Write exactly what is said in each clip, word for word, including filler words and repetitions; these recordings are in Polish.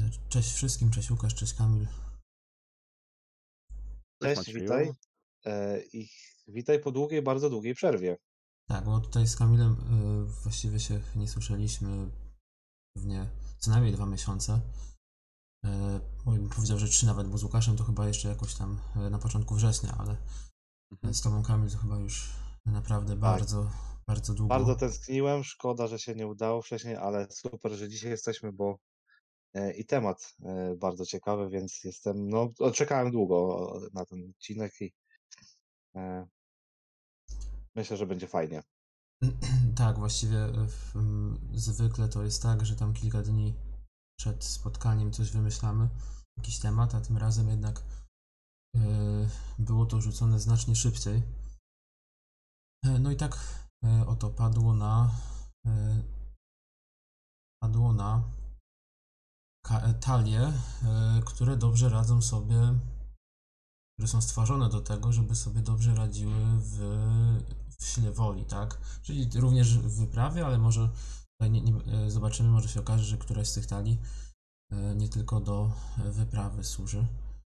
Cześć wszystkim, cześć Łukasz, cześć Kamil. Cześć Cześć, Macieju. witaj. E, I witaj po długiej, bardzo długiej przerwie. Tak, bo tutaj z Kamilem y, właściwie się nie słyszeliśmy pewnie co najmniej dwa miesiące. Y, bo bym powiedział, że trzy nawet, bo z Łukaszem to chyba jeszcze jakoś tam y, na początku września, ale Mhm. z Tobą, Kamil, to chyba już naprawdę bardzo, bardzo długo. Bardzo tęskniłem, szkoda, że się nie udało wcześniej, ale super, że dzisiaj jesteśmy, bo e, i temat e, bardzo ciekawy, więc jestem, no, o, czekałem długo na ten odcinek i e, myślę, że będzie fajnie. Tak, właściwie w, m, zwykle to jest tak, że tam kilka dni przed spotkaniem coś wymyślamy, jakiś temat, a tym razem jednak y, było to rzucone znacznie szybciej. E, No i tak e, oto padło na e, padło na ka- e, talie, e, które dobrze radzą sobie, które są stworzone do tego, żeby sobie dobrze radziły w, w sile woli, tak? Czyli również w wyprawie, ale może tutaj nie, nie, e, zobaczymy, może się okaże, że któraś z tych talii e, nie tylko do e, wyprawy służy.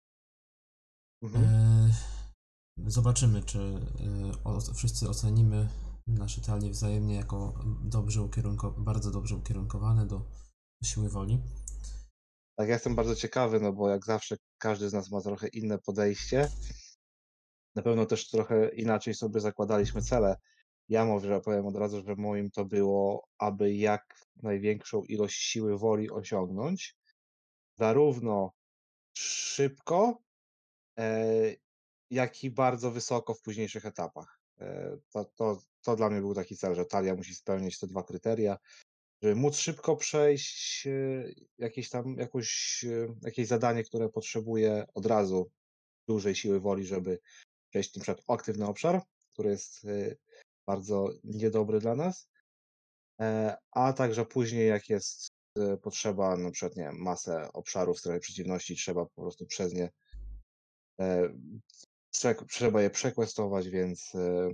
Mhm. E, Zobaczymy, czy e, o, wszyscy ocenimy nasze talie wzajemnie jako dobrze ukierunko- bardzo dobrze ukierunkowane do siły woli. Tak, ja jestem bardzo ciekawy, no bo jak zawsze każdy z nas ma trochę inne podejście. Na pewno też trochę inaczej sobie zakładaliśmy cele. Ja może powiem od razu, że moim to było, aby jak największą ilość siły woli osiągnąć, zarówno szybko, e, jak i bardzo wysoko w późniejszych etapach. E, to, to, to dla mnie był taki cel, że talia musi spełniać te dwa kryteria, żeby móc szybko przejść e, jakieś tam, jakąś, e, jakieś zadanie, które potrzebuje od razu dużej siły woli, żeby przejść na przykład aktywny obszar, który jest e, bardzo niedobry dla nas, e, a także później jak jest e, potrzeba na przykład, nie wiem, masę obszarów w stronie przeciwności, trzeba po prostu przez nie e, Trzek trzeba je przekwestować, więc e,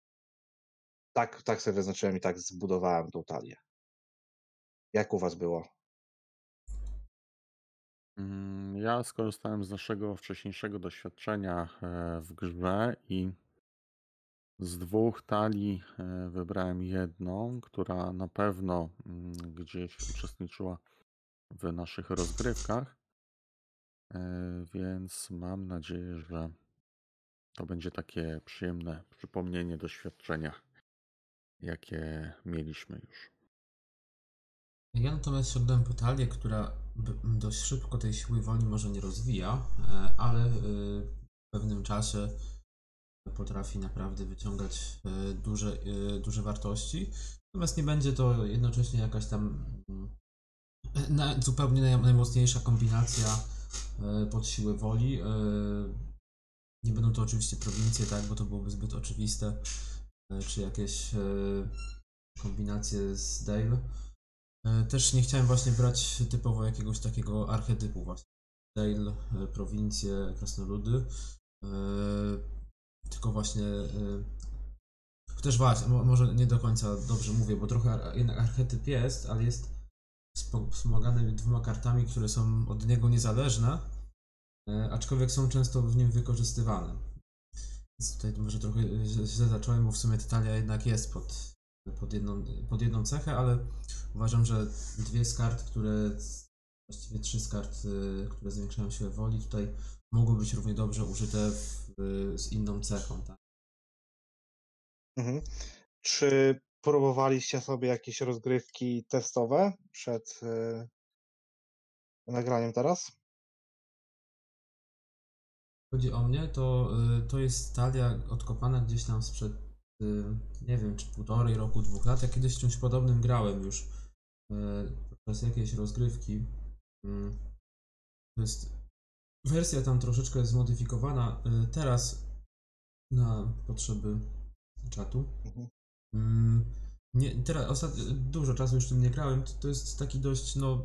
tak, tak sobie wyznaczyłem i tak zbudowałem tą talię. Jak u was było? Mm, Ja skorzystałem z naszego wcześniejszego doświadczenia e, w grze i z dwóch talii e, wybrałem jedną, która na pewno mm, gdzieś uczestniczyła w naszych rozgrywkach, e, więc mam nadzieję, że to będzie takie przyjemne przypomnienie doświadczenia, jakie mieliśmy już. Ja natomiast sięgnąłem po talię, która b- dość szybko tej siły woli może nie rozwija, e, ale e, w pewnym czasie potrafi naprawdę wyciągać e, duże, e, duże wartości. Natomiast nie będzie to jednocześnie jakaś tam mm, na, zupełnie naj, najmocniejsza kombinacja e, pod siłę woli. E, nie będą to oczywiście prowincje, tak, bo to byłoby zbyt oczywiste, e, czy jakieś e, kombinacje z Dale. E, Też nie chciałem właśnie brać typowo jakiegoś takiego archetypu właśnie. Dale, e, prowincje, krasnoludy. E, Tylko właśnie. e, Też właśnie, mo- może nie do końca dobrze mówię, bo trochę ar- jednak archetyp jest, ale jest spo- wspomagany dwoma kartami, które są od niego niezależne, e, aczkolwiek są często w nim wykorzystywane. Więc tutaj może trochę źle źle zacząłem, bo w sumie ta talia jednak jest pod, pod, jedną, pod jedną cechę, ale uważam, że dwie z kart, które, właściwie trzy z kart, y, które zwiększają siłę woli, tutaj mogą być równie dobrze użyte w, y, z inną cechą. Tak? Mhm. Czy próbowaliście sobie jakieś rozgrywki testowe przed e, nagraniem teraz? Chodzi o mnie, to, y, to jest talia odkopana gdzieś tam sprzed, y, nie wiem, czy półtorej roku, dwóch lat. Ja kiedyś czymś podobnym grałem już y, podczas jakiejś rozgrywki. Mm, To jest wersja tam troszeczkę zmodyfikowana y, teraz na potrzeby czatu. Mhm. Mm, Nie, teraz ostat... dużo czasu już tym nie grałem. To, to jest taki dość, no.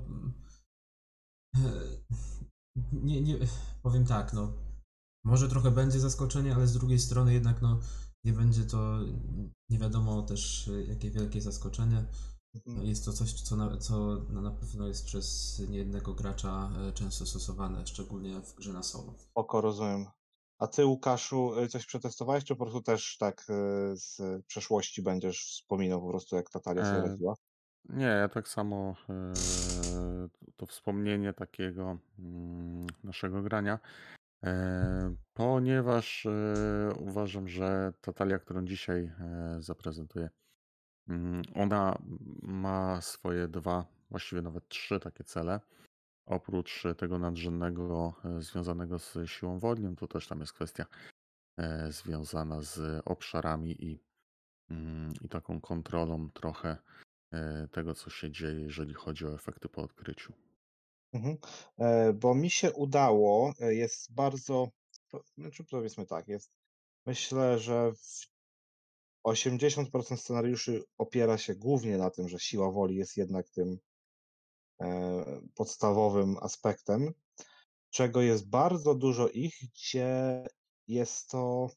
e, Nie, nie, powiem tak, no. Może trochę będzie zaskoczenie, ale z drugiej strony jednak, no, nie będzie to nie wiadomo też e, jakie wielkie zaskoczenie. Mhm. Jest to coś, co na, co na na pewno jest przez niejednego gracza e, często stosowane, szczególnie w grze na solo. Oko, rozumiem. A ty, Łukaszu, y, coś przetestowałeś, czy po prostu też tak y, z przeszłości będziesz wspominał po prostu, jak ta talia sobie E, radziła? nie, ja tak samo e, to wspomnienie takiego mm, naszego grania, e, ponieważ e, uważam, że ta talia, którą dzisiaj e, zaprezentuję, mm, ona ma swoje dwa, właściwie nawet trzy takie cele. Oprócz tego nadrzędnego e, związanego z siłą wodnią, to też tam jest kwestia e, związana z obszarami i, mm, i taką kontrolą trochę e, tego, co się dzieje, jeżeli chodzi o efekty po odkryciu. Mhm. E, bo mi się udało, e, jest bardzo, po- znaczy powiedzmy tak, jest, myślę, że w osiemdziesiąt procent scenariuszy opiera się głównie na tym, że siła woli jest jednak tym e, podstawowym aspektem, czego jest bardzo dużo ich, gdzie jest to,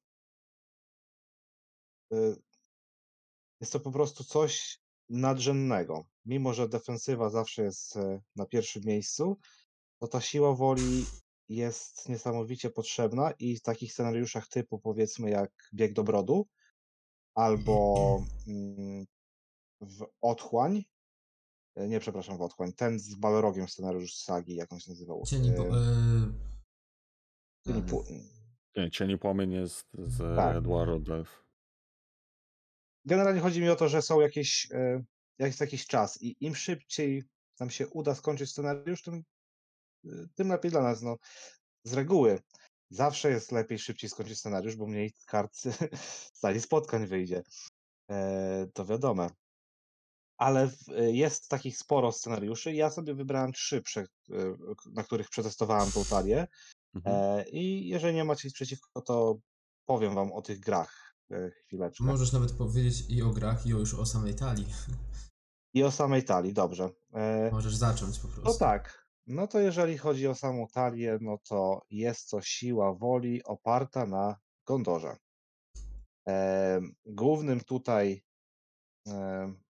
y, jest to po prostu coś nadrzędnego. Mimo że defensywa zawsze jest e, na pierwszym miejscu, to ta siła woli jest niesamowicie potrzebna i w takich scenariuszach typu, powiedzmy, jak Bieg do Brodu albo mm, w Otchłań, e, nie, przepraszam, w Otchłań, ten z Balrogiem scenariusz z sagi, jak on się nazywał? Cieni, po, E, e, Cieni ten, Pł- Nie, Cieni Płomień jest z tak. Edward Death. Generalnie chodzi mi o to, że są jakieś, e, jest jakiś czas i im szybciej nam się uda skończyć scenariusz, tym, e, tym lepiej dla nas. No, z reguły zawsze jest lepiej szybciej skończyć scenariusz, bo mniej kart z sali spotkań wyjdzie. E, to wiadome. Ale w, e, jest takich sporo scenariuszy. Ja sobie wybrałem trzy, prze, e, na których przetestowałem tą talię. Mhm. E, I jeżeli nie macie nic przeciwko, to powiem wam o tych grach e, chwileczkę. możesz nawet powiedzieć i o grach, i o już o samej talii. I o samej talii, dobrze. E, Możesz zacząć po No prostu. tak. No to jeżeli chodzi o samą talię, no to jest to siła woli oparta na Gondorze. Em, Głównym tutaj em,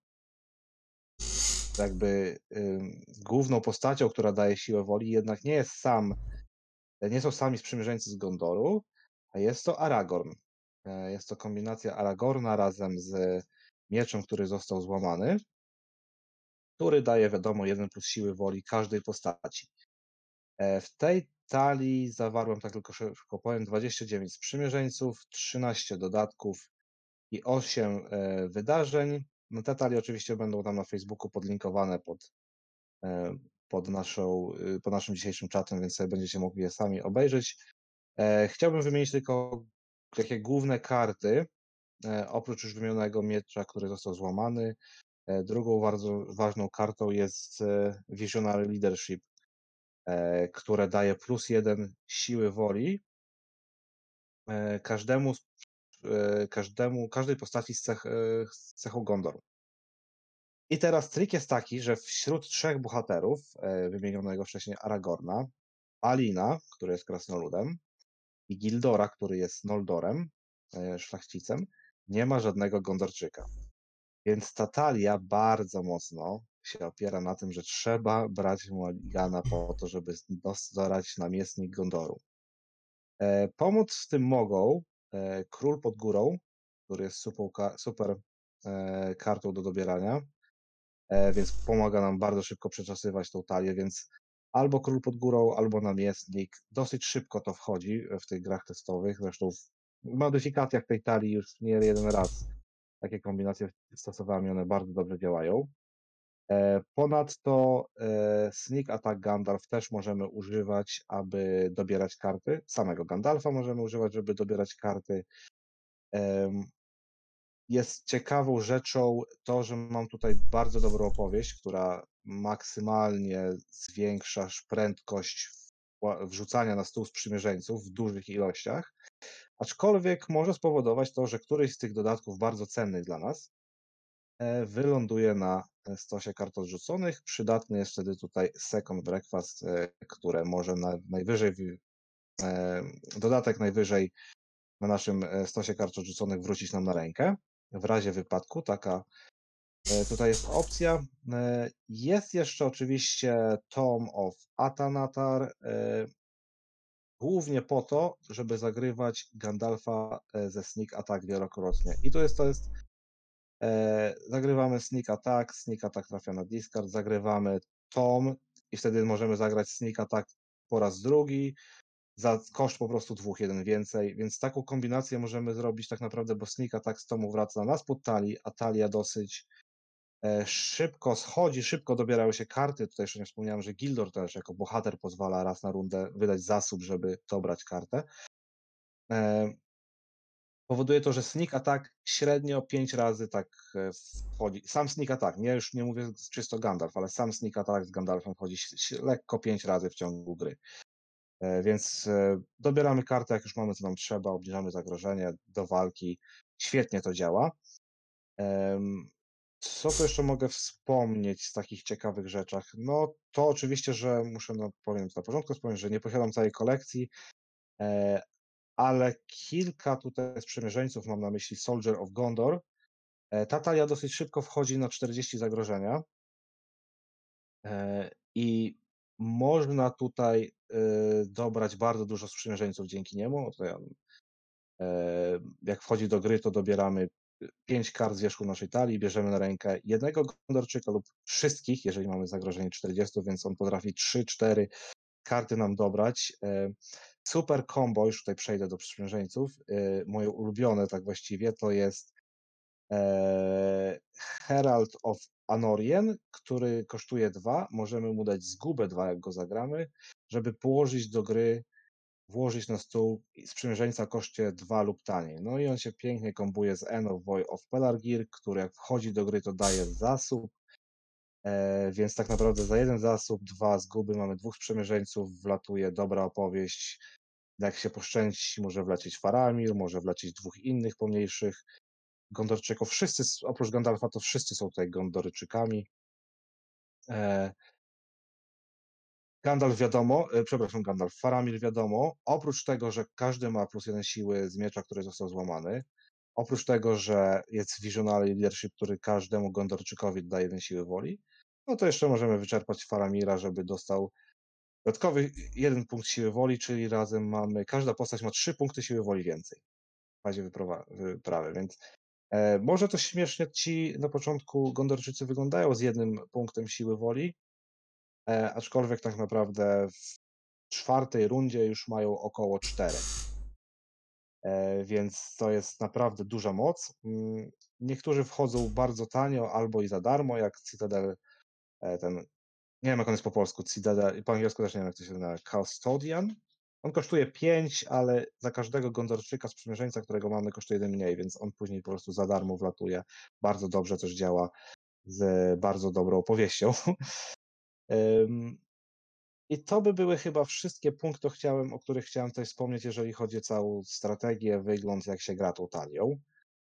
jakby ym, główną postacią, która daje siłę woli, jednak nie jest sam, nie są sami sprzymierzeńcy z Gondoru, a jest to Aragorn. E, Jest to kombinacja Aragorna razem z mieczem, który został złamany, który daje, wiadomo, jeden plus siły woli każdej postaci. E, W tej talii zawarłem, tak tylko szybko powiem, dwadzieścia dziewięć sprzymierzeńców, trzynaście dodatków i osiem e, wydarzeń. No te talie oczywiście będą tam na Facebooku podlinkowane pod, e, pod, naszą, y, pod naszym dzisiejszym czatem, więc sobie będziecie mogli je sami obejrzeć. E, Chciałbym wymienić tylko takie główne karty, e, oprócz już wymienionego miecza, który został złamany. E, Drugą bardzo ważną kartą jest e, Visionary Leadership, e, które daje plus jeden siły woli e, każdemu, z- e, każdemu, każdej postaci z, cech, e, z cechą Gondor. I teraz trik jest taki, że wśród trzech bohaterów, e, wymienionego wcześniej Aragorna, Alina, który jest krasnoludem, i Gildora, który jest Noldorem, e, szlachcicem, nie ma żadnego Gondorczyka. Więc ta talia bardzo mocno się opiera na tym, że trzeba brać Mulligana po to, żeby dostarać namiestnik Gondoru. E, Pomóc w tym mogą e, Król pod górą, który jest super, super e, kartą do dobierania, e, więc pomaga nam bardzo szybko przeczasywać tą talię, więc albo Król pod górą, albo Namiestnik. Dosyć szybko to wchodzi w tych grach testowych, zresztą w modyfikacjach tej talii już nie jeden raz takie kombinacje stosowałem i one bardzo dobrze działają. E, Ponadto e, Sneak Attack Gandalf też możemy używać, aby dobierać karty. Samego Gandalfa możemy używać, żeby dobierać karty. Em, Jest ciekawą rzeczą to, że mam tutaj bardzo dobrą opowieść, która maksymalnie zwiększa prędkość wła- wrzucania na stół sprzymierzeńców w dużych ilościach, aczkolwiek może spowodować to, że któryś z tych dodatków bardzo cennych dla nas e, wyląduje na stosie kart odrzuconych. Przydatny jest wtedy tutaj Second Breakfast, e, które może na, najwyżej, wy- e, dodatek najwyżej na naszym e, stosie kart odrzuconych wrócić nam na rękę. W razie wypadku taka E, Tutaj jest opcja. E, Jest jeszcze oczywiście Tome of Atanatar, e, głównie po to, żeby zagrywać Gandalfa e, ze Sneak Attack wielokrotnie. I to jest, to jest e, zagrywamy Sneak Attack, Sneak Attack trafia na discard, zagrywamy Tom i wtedy możemy zagrać Sneak Attack po raz drugi, za koszt po prostu dwóch, jeden więcej, więc taką kombinację możemy zrobić tak naprawdę, bo Sneak Attack z Tomu wraca na spod talii, a talia dosyć e, szybko schodzi, szybko dobierały się karty. Tutaj jeszcze nie wspomniałem, że Gildor też jako bohater pozwala raz na rundę wydać zasób, żeby dobrać kartę. E, Powoduje to, że Sneak Attack średnio pięć razy tak e, wchodzi. Sam Sneak Attack, nie już nie mówię czysto Gandalf, ale sam Sneak Attack z Gandalfem wchodzi ś- ś- lekko pięć razy w ciągu gry. E, Więc e, dobieramy kartę, jak już mamy co nam trzeba, obniżamy zagrożenie do walki. Świetnie to działa. Em, Co tu jeszcze mogę wspomnieć z takich ciekawych rzeczach? No to oczywiście, że muszę, no powiem na początku, wspomnieć, że nie posiadam całej kolekcji, e, ale kilka tutaj sprzymierzeńców, mam na myśli Soldier of Gondor. E, Ta talia dosyć szybko wchodzi na czterdzieści zagrożenia e, i można tutaj e, dobrać bardzo dużo sprzymierzeńców dzięki niemu. Tutaj on, e, jak wchodzi do gry, to dobieramy pięć kart z wierzchu naszej talii, bierzemy na rękę jednego Gondorczyka lub wszystkich, jeżeli mamy zagrożenie czterdzieści, więc on potrafi trzy cztery karty nam dobrać. E, Super combo, już tutaj przejdę do sprzymierzeńców. E, Moje ulubione tak właściwie to jest e, Herald of Anorien, który kosztuje dwa. Możemy mu dać zgubę dwa, jak go zagramy, żeby położyć do gry, włożyć na stół sprzymierzeńca koszcie dwa lub taniej. No i on się pięknie kombuje z Envoy of Pelargir, który jak wchodzi do gry, to daje zasób. E, więc tak naprawdę za jeden zasób, dwa zguby, mamy dwóch sprzymierzeńców, wlatuje dobra opowieść. Jak się poszczęści, może wlecieć Faramir, może wlecieć dwóch innych pomniejszych Gondorczyków. Wszyscy, s- oprócz Gandalfa, to wszyscy są tutaj Gondorczykami. E, Gandalf wiadomo, e, przepraszam, Gandalf, Faramir wiadomo. Oprócz tego, że każdy ma plus jeden siły z miecza, który został złamany. Oprócz tego, że jest Visionary Leadership, który każdemu Gondorczykowi daje jeden siły woli. No to jeszcze możemy wyczerpać Faramira, żeby dostał dodatkowy jeden punkt siły woli, czyli razem mamy, każda postać ma trzy punkty siły woli więcej w fazie wyprawa- wyprawy, więc e, może to śmiesznie ci na początku Gondorczycy wyglądają z jednym punktem siły woli, e, aczkolwiek tak naprawdę w czwartej rundzie już mają około czterech. E, więc to jest naprawdę duża moc. Mm, Niektórzy wchodzą bardzo tanio albo i za darmo, jak Citadel, e, ten, nie wiem jak on jest po polsku, Citadel, po angielsku też nie wiem jak to się nazywa, Custodian. On kosztuje pięć, ale za każdego Gondorczyka sprzymierzeńca, którego mamy, kosztuje jeden mniej, więc on później po prostu za darmo wlatuje. Bardzo dobrze też działa z bardzo dobrą opowieścią. Ym, I to by były chyba wszystkie punkty, chciałem, o których chciałem tutaj wspomnieć, jeżeli chodzi o całą strategię, wygląd, jak się gra tą talią.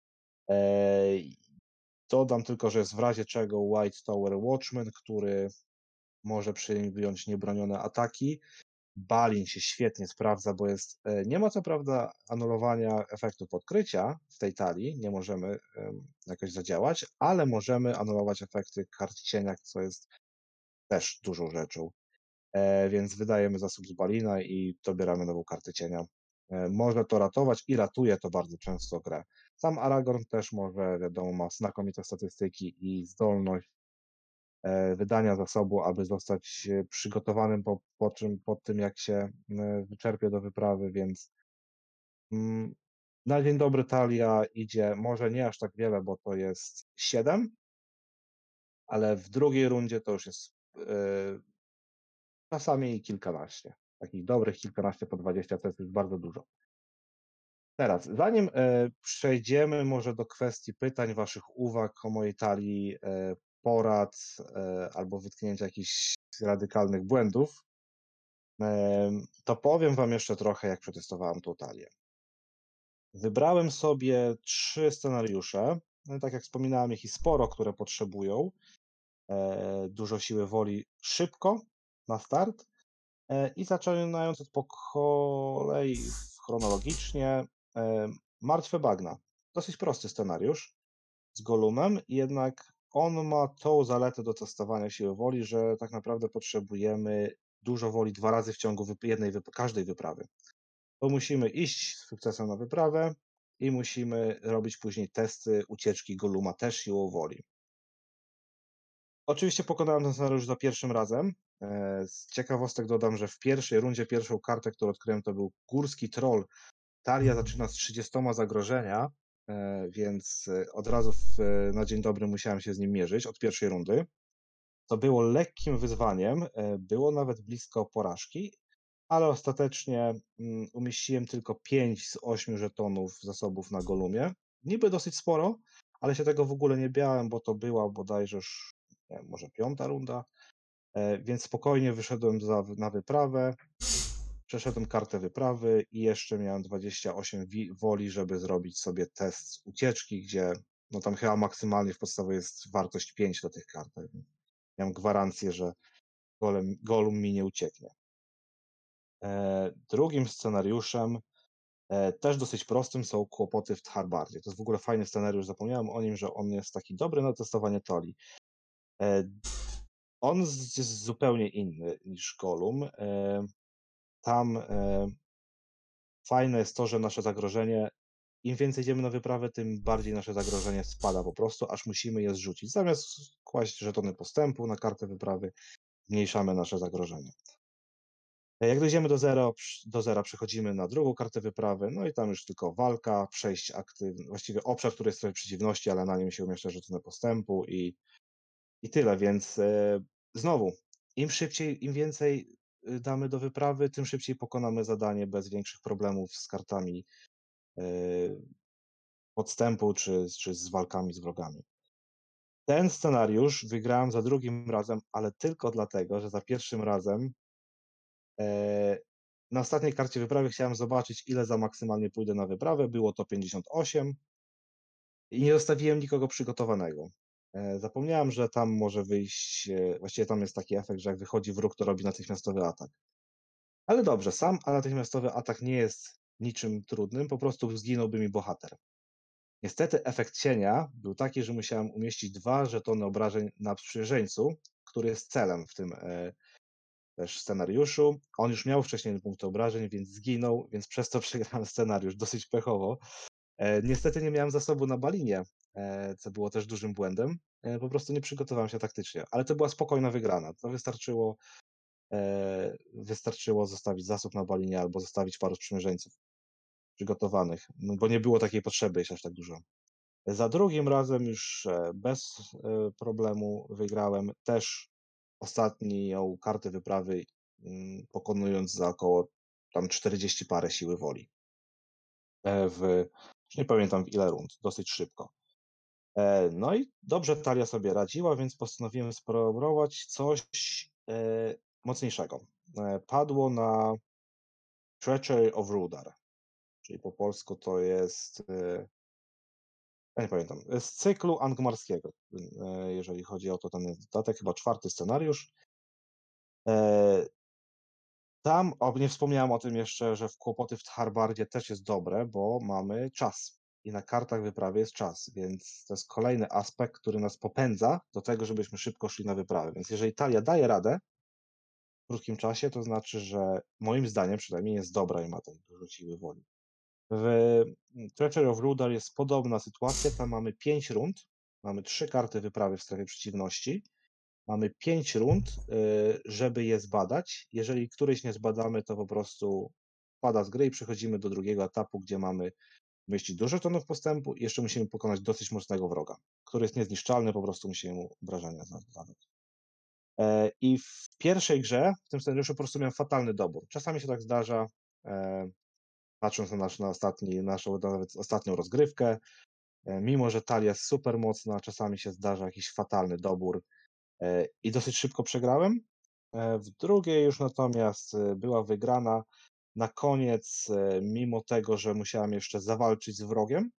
Ej, Dodam tylko, że jest w razie czego White Tower Watchman, który może przyjąć niebronione ataki. Balin się świetnie sprawdza, bo jest. e, Nie ma co prawda anulowania efektu podkrycia w tej talii, nie możemy em, jakoś zadziałać, ale możemy anulować efekty kart cienia, co jest też dużą rzeczą. E, więc wydajemy zasób z Balina i dobieramy nową kartę cienia. E, może to ratować i ratuje to bardzo często grę. Sam Aragorn też może, wiadomo, ma znakomite statystyki i zdolność e, wydania zasobu, aby zostać e, przygotowanym po, po, czym, po tym, jak się e, wyczerpie do wyprawy, więc mm, na dzień dobry talia idzie może nie aż tak wiele, bo to jest siedem, ale w drugiej rundzie to już jest e, czasami kilkanaście. Takich dobrych kilkanaście po dwadzieścia to jest już bardzo dużo. Teraz, zanim e, przejdziemy może do kwestii pytań, waszych uwag o mojej talii, e, porad e, albo wytknięcia jakichś radykalnych błędów, e, to powiem wam jeszcze trochę, jak przetestowałem tą talię. Wybrałem sobie trzy scenariusze. No, i tak jak wspominałem, ich i sporo, które potrzebują e, dużo siły woli szybko na start. E, I zaczynając od po kolei chronologicznie, e, Martwe Bagna. Dosyć prosty scenariusz z Golumem, jednak on ma tą zaletę do testowania siły woli, że tak naprawdę potrzebujemy dużo woli dwa razy w ciągu wyp jednej wyp każdej wyprawy. Bo musimy iść z sukcesem na wyprawę i musimy robić później testy ucieczki Golluma też siłą woli. Oczywiście pokonałem ten scenariusz za pierwszym razem. E, z ciekawostek dodam, że w pierwszej rundzie pierwszą kartę, którą odkryłem, to był Górski Troll. Talia zaczyna z trzydziestoma zagrożenia, e, więc e, od razu w, e, na dzień dobry musiałem się z nim mierzyć od pierwszej rundy. To było lekkim wyzwaniem, e, było nawet blisko porażki, ale ostatecznie mm, umieściłem tylko pięć z ośmiu żetonów zasobów na Gollumie. Niby dosyć sporo, ale się tego w ogóle nie bałem, bo to była bodajże już, nie wiem, może piąta runda, e, więc spokojnie wyszedłem za, na wyprawę, przeszedłem kartę wyprawy i jeszcze miałem dwadzieścia osiem wi- woli, żeby zrobić sobie test ucieczki, gdzie no tam chyba maksymalnie w podstawie jest wartość pięć do tych kart. tak więc Miałem gwarancję, że Golem, Gollum mi nie ucieknie. E, drugim scenariuszem, e, też dosyć prostym, są kłopoty w Tharbardzie. To jest w ogóle fajny scenariusz, zapomniałem o nim, że on jest taki dobry na testowanie talii. E, on z- jest zupełnie inny niż Gollum. E, tam e, fajne jest to, że nasze zagrożenie, im więcej idziemy na wyprawę, tym bardziej nasze zagrożenie spada po prostu, aż musimy je zrzucić. Zamiast kłaść żetony postępu na kartę wyprawy, zmniejszamy nasze zagrożenie. Jak dojdziemy do zera, do zera przechodzimy na drugą kartę wyprawy, no i tam już tylko walka, przejść aktywny, właściwie obszar, który jest trochę przeciwności, ale na nim się umieszcza żetony postępu i, i tyle, więc e, znowu, im szybciej, im więcej y, damy do wyprawy, tym szybciej pokonamy zadanie bez większych problemów z kartami e, podstępu czy, czy z walkami z wrogami. Ten scenariusz wygrałem za drugim razem, ale tylko dlatego, że za pierwszym razem e, na ostatniej karcie wyprawy chciałem zobaczyć, ile za maksymalnie pójdę na wyprawę. Było to pięćdziesiąt osiem i nie zostawiłem nikogo przygotowanego. E, Zapomniałem, że tam może wyjść, e, właściwie tam jest taki efekt, że jak wychodzi wróg, to robi natychmiastowy atak. Ale dobrze, sam a natychmiastowy atak nie jest niczym trudnym, po prostu zginąłby mi bohater. Niestety efekt cienia był taki, że musiałem umieścić dwa żetony obrażeń na sprzymierzeńcu, który jest celem w tym e, też scenariuszu. On już miał wcześniej punkty obrażeń, więc zginął, więc przez to przegrałem scenariusz dosyć pechowo. E, niestety nie miałem zasobu na balinie, e, co było też dużym błędem. E, po prostu nie przygotowałem się taktycznie, ale to była spokojna wygrana. To wystarczyło, e, wystarczyło zostawić zasób na balinie albo zostawić paru sprzymierzeńców przygotowanych, no, bo nie było takiej potrzeby jeszcze aż tak dużo. Za drugim razem już e, bez e, problemu wygrałem też ostatnią kartę wyprawy, mm, pokonując za około tam czterdzieści parę siły woli. E, W, już nie pamiętam w ile rund, dosyć szybko. E, No i dobrze Talia sobie radziła, więc postanowiłem spróbować coś e, mocniejszego. E, Padło na Treachery of Rudar, czyli po polsku to jest e, ja nie pamiętam, z cyklu Angmarskiego, e, jeżeli chodzi o to, ten jest dodatek, chyba czwarty scenariusz. E, Tam, o, nie wspomniałem o tym jeszcze, że w kłopoty w Harbardzie też jest dobre, bo mamy czas i na kartach wyprawy jest czas, więc to jest kolejny aspekt, który nas popędza do tego, żebyśmy szybko szli na wyprawę. Więc jeżeli Talia daje radę w krótkim czasie, to znaczy, że moim zdaniem przynajmniej jest dobra i ma tej dużo siły woli. W Treachery of Rudar jest podobna sytuacja, tam mamy pięć rund, mamy trzy karty wyprawy w strefie przeciwności, mamy pięć rund, y, żeby je zbadać. Jeżeli któryś nie zbadamy, to po prostu pada z gry i przechodzimy do drugiego etapu, gdzie mamy umieścić dużo tonów postępu i jeszcze musimy pokonać dosyć mocnego wroga, który jest niezniszczalny, po prostu musimy mu obrażenia zadać. E, I w pierwszej grze, w tym scenariuszu, po prostu miałem fatalny dobór. Czasami się tak zdarza, e, patrząc na, nasz, na ostatni, naszą nawet ostatnią rozgrywkę, e, mimo że talia jest super mocna, czasami się zdarza jakiś fatalny dobór e, i dosyć szybko przegrałem. E, W drugiej już natomiast e, była wygrana. Na koniec, e, mimo tego, że musiałem jeszcze zawalczyć z wrogiem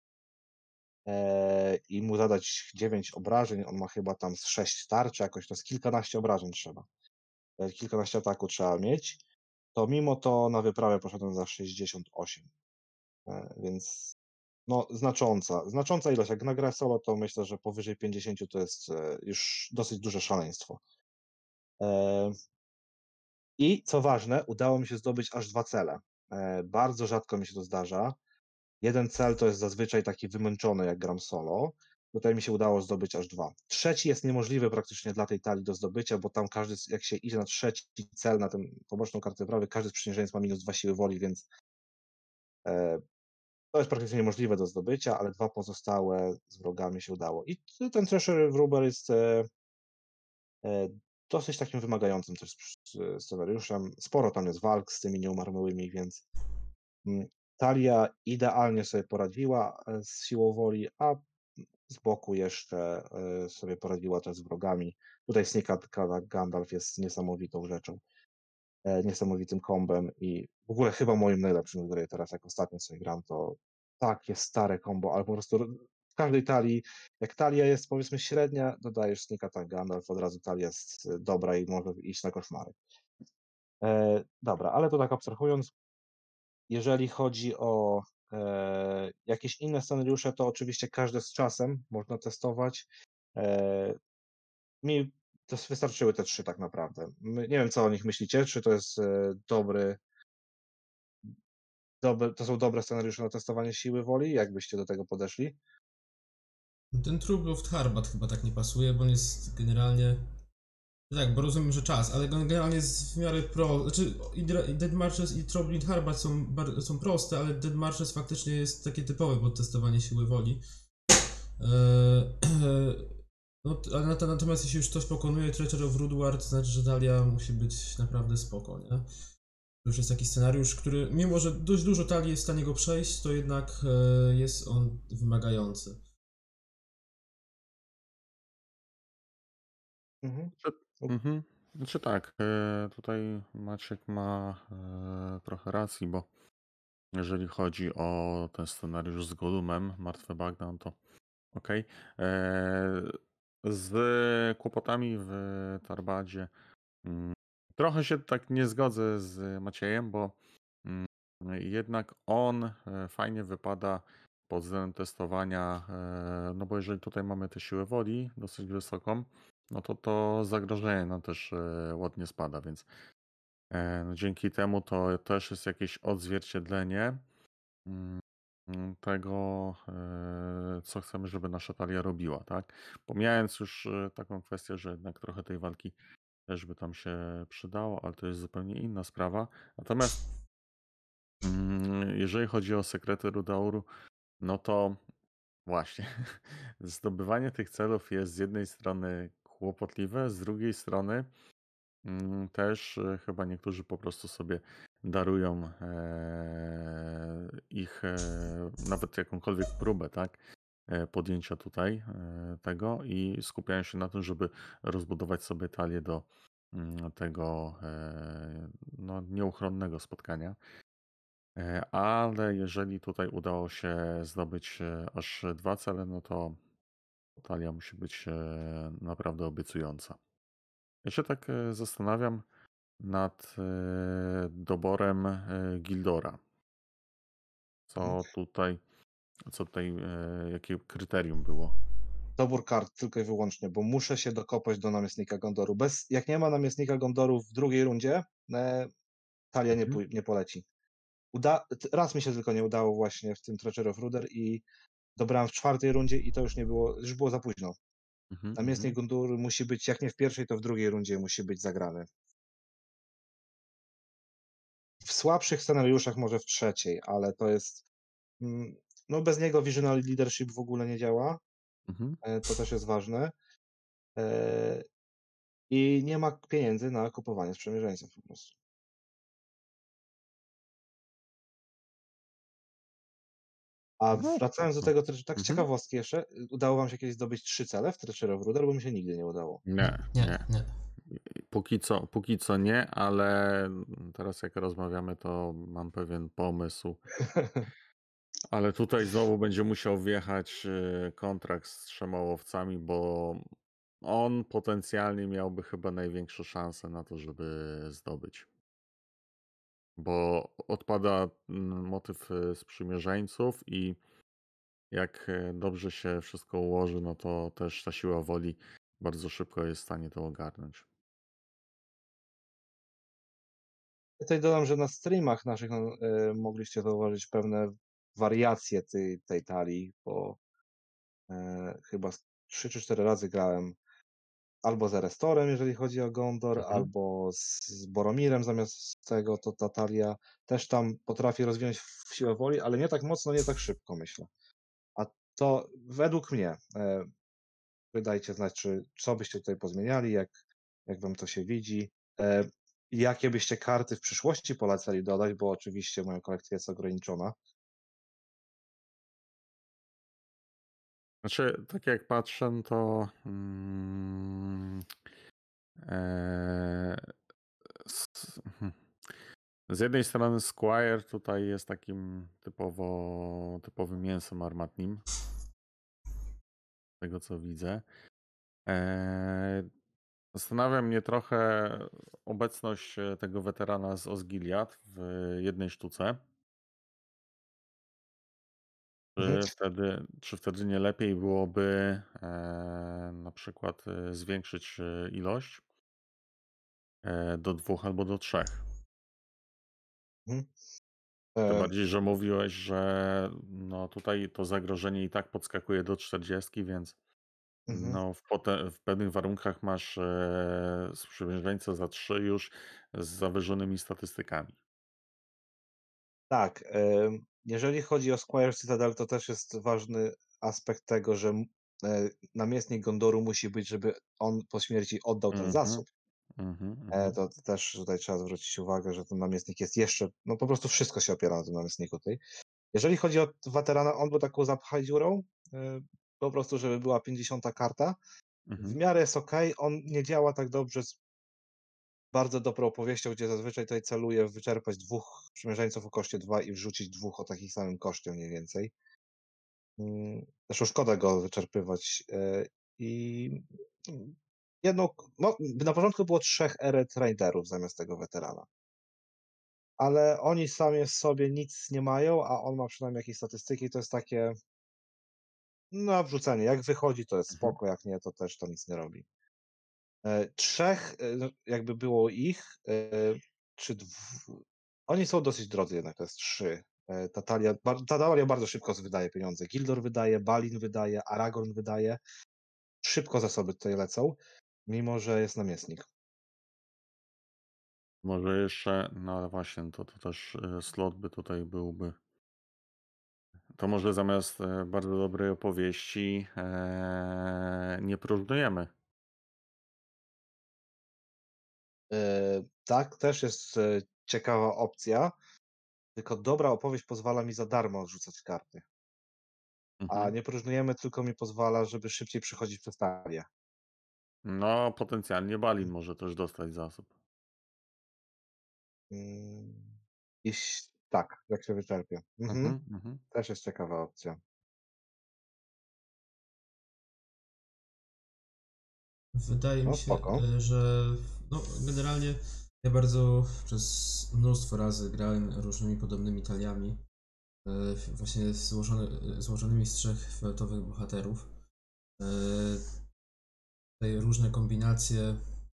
e, i mu zadać dziewięć obrażeń, on ma chyba tam z sześć tarczy, jakoś to z kilkanaście obrażeń trzeba, e, kilkanaście ataku trzeba mieć, to mimo to na wyprawę poszedłem za sześćdziesiąt osiem. E, Więc No, znacząca, znacząca ilość. Jak na grę solo, to myślę, że powyżej pięćdziesiąt to jest e, już dosyć duże szaleństwo. E, I co ważne, udało mi się zdobyć aż dwa cele. E, Bardzo rzadko mi się to zdarza. Jeden cel to jest zazwyczaj taki wymęczony, jak gram solo. Tutaj mi się udało zdobyć aż dwa. Trzeci jest niemożliwy praktycznie dla tej talii do zdobycia, bo tam każdy, z- jak się idzie na trzeci cel, na tę poboczną kartę prawy, każdy sprzymierzeniec ma minus dwa siły woli, więc e, to jest praktycznie niemożliwe do zdobycia, ale dwa pozostałe z wrogami się udało. I t- ten Treasure Wruber jest e, e, dosyć takim wymagającym też s- scenariuszem. Sporo tam jest walk z tymi nieumarłymi, więc mm, Talia idealnie sobie poradziła e, z siłą woli, a z boku jeszcze e, sobie poradziła też z wrogami. Tutaj Sneak Attack Gandalf jest niesamowitą rzeczą, e, niesamowitym kombem i w ogóle chyba moim najlepszym w grze teraz, jak ostatnio sobie gram, to takie stare kombo, ale po prostu w każdej talii, jak talia jest powiedzmy średnia, dodajesz Sneak Attack Gandalf, od razu talia jest e, dobra i może iść na koszmary. E, dobra, ale to tak abstrahując, jeżeli chodzi o e, jakieś inne scenariusze, to oczywiście każde z czasem można testować. E, mi to wystarczyły te trzy tak naprawdę. My, nie wiem, co o nich myślicie, czy to jest e, dobry, dobry, to są dobre scenariusze na testowanie siły woli? Jak byście do tego podeszli? Ten Trubloft Harbat chyba tak nie pasuje, bo on jest generalnie... Tak, bo rozumiem, że czas, ale generalnie jest w miarę pro... Znaczy, i Dra- i Dead Marches i Troubled Harbat są, bar- są proste, ale Dead Marches faktycznie jest takie typowe pod testowanie siły woli. Eee, no, t- ale nat- natomiast jeśli już ktoś pokonuje Treasure of Rudward, to znaczy, że talia musi być naprawdę spoko, nie? To już jest taki scenariusz, który, mimo że dość dużo talii jest w stanie go przejść, to jednak e, jest on wymagający. Mhm. Czy, mhm. Znaczy tak, e, tutaj Maciek ma e, trochę racji, bo jeżeli chodzi o ten scenariusz z Gollumem, Martwy Bagdan, to okej. E, Z kłopotami w Tarbadzie mm, trochę się tak nie zgodzę z Maciejem, bo mm, jednak on e, fajnie wypada pod względem testowania, e, no bo jeżeli tutaj mamy tę siłę woli dosyć wysoką, no to to zagrożenie nam też e, ładnie spada, więc e, no dzięki temu to też jest jakieś odzwierciedlenie mm, mm, tego, e, co chcemy, żeby nasza talia robiła, tak? Pomijając już e, taką kwestię, że jednak trochę tej walki też by tam się przydało, ale to jest zupełnie inna sprawa. Natomiast mm, jeżeli chodzi o sekrety Rudauru, no to właśnie zdobywanie tych celów jest z jednej strony kłopotliwe, z drugiej strony mm, też e, chyba niektórzy po prostu sobie darują e, ich e, nawet jakąkolwiek próbę, tak? e, Podjęcia tutaj e, tego i skupiają się na tym, żeby rozbudować sobie talię do mm, tego e, no, nieuchronnego spotkania. E, Ale jeżeli tutaj udało się zdobyć e, aż dwa cele, no to talia musi być e, naprawdę obiecująca. Ja się tak e, zastanawiam nad e, doborem e, Gildora. Mhm. Co tutaj, co tutaj, e, jakie kryterium było? Dobór kart tylko i wyłącznie, bo muszę się dokopać do namiestnika Gondoru. Bez, jak nie ma namiestnika Gondoru w drugiej rundzie, e, talia nie, Mhm, pój- nie poleci. Uda, t- raz mi się tylko nie udało właśnie w tym Treasure of Ruder i dobrałem w czwartej rundzie i to już nie było, już było za późno. mhm, Namiestnik mhm. Gondoru musi być, jak nie w pierwszej, to w drugiej rundzie musi być zagrany. W słabszych scenariuszach może w trzeciej, ale to jest, mm, no bez niego Visionary Leadership w ogóle nie działa, Mhm. e, to też jest ważne. E, I nie ma pieniędzy na kupowanie sprzymierzeńców po prostu. A No, wracając do spoko. tego, też tak z Mhm. ciekawostki jeszcze, udało wam się kiedyś zdobyć trzy cele w Treasure of Ruder, bo mi się nigdy nie udało. Nie, Nie, nie. nie. Póki co, póki co nie, ale teraz jak rozmawiamy, to mam pewien pomysł. Ale tutaj znowu będzie musiał wjechać e, kontrakt z trzema łowcami, bo on potencjalnie miałby chyba największe szanse na to, żeby zdobyć. Bo odpada mm, motyw e, sprzymierzeńców i jak e, dobrze się wszystko ułoży, no to też ta siła woli bardzo szybko jest w stanie to ogarnąć. Tutaj dodam, że na streamach naszych no, e, mogliście zauważyć pewne wariacje tej, tej talii, bo e, chyba z trzy czy cztery razy grałem albo z Erestorem, jeżeli chodzi o Gondor, Mhm. albo z, z Boromirem zamiast tego, to ta talia też tam potrafi rozwinąć w siłę woli, ale nie tak mocno, nie tak szybko, myślę. A to według mnie, e, wy dajcie znać, czy co byście tutaj pozmieniali, jak, jak wam to się widzi, e, jakie byście karty w przyszłości polecali dodać, bo oczywiście moja kolekcja jest ograniczona. Znaczy, tak jak patrzę, no to mm, e, s, hmm. z jednej strony Squire tutaj jest takim typowo, typowym mięsem armatnim, z tego co widzę. E, zastanawia mnie trochę obecność e, tego weterana z Osgiliath w jednej sztuce. Mhm. Czy wtedy, czy wtedy nie lepiej byłoby e, na przykład e, zwiększyć e, ilość e, do dwóch albo do trzech? Mhm. Tym E, bardziej, że mówiłeś, że no tutaj to zagrożenie i tak podskakuje do czterdziestki, więc mhm. no w, pote, w pewnych warunkach masz e, sprzymierzeńca za trzy już z zawyżonymi statystykami. Tak, em, jeżeli chodzi o Squire Citadel, to też jest ważny aspekt tego, że m- e, namiestnik Gondoru musi być, żeby on po śmierci oddał ten Mhm, zasób. mhm, E, mhm, To to też tutaj trzeba zwrócić uwagę, że ten namiestnik jest jeszcze, no po prostu wszystko się opiera na tym namiestniku tutaj. Jeżeli chodzi o weterana, on był taką zapchaj dziurą, e, po prostu, żeby była pięćdziesiąta karta. W mhm. miarę jest ok, on nie działa tak dobrze z bardzo dobrą opowieścią, gdzie zazwyczaj tutaj celuje w wyczerpać dwóch sprzymierzeńców o koszcie dwa i wrzucić dwóch o takim samym koszcie mniej więcej. Mm, Zresztą szkoda go wyczerpywać. e, I mm, jedną, no, na początku było trzech Eret Raiderów zamiast tego weterana. Ale oni sami w sobie nic nie mają, a on ma przynajmniej jakieś statystyki, to jest takie, no, wrzucenie. Jak wychodzi, to jest Mhm. spoko, jak nie, to też to nic nie robi. E, Trzech, e, no, jakby było ich, e, czy dw... Oni są dosyć drodzy jednak, to jest trzy. E, Ta talia, bar- ta talia bardzo szybko wydaje pieniądze. Gildor wydaje, Balin wydaje, Aragorn wydaje. Szybko zasoby tutaj lecą, mimo że jest namiestnik. Może jeszcze, no ale właśnie, to, to też e, slot by tutaj byłby. To może zamiast e, bardzo dobrej opowieści e, nie próżnujemy. E, Tak, też jest e, ciekawa opcja, tylko dobra opowieść pozwala mi za darmo odrzucać karty. A Mhm. nie próżnujemy tylko mi pozwala, żeby szybciej przychodzić przez talię. No, potencjalnie Balin może też dostać zasób. Mm, Iś, tak, jak się wyczerpie. Mhm. Mhm, mhm. Też jest ciekawa opcja. Wydaje mi No się, spoko. e, że no, generalnie ja bardzo przez mnóstwo razy grałem różnymi podobnymi taliami, e, właśnie złożone, e, złożonymi z trzech fioletowych bohaterów. E, Tutaj różne kombinacje.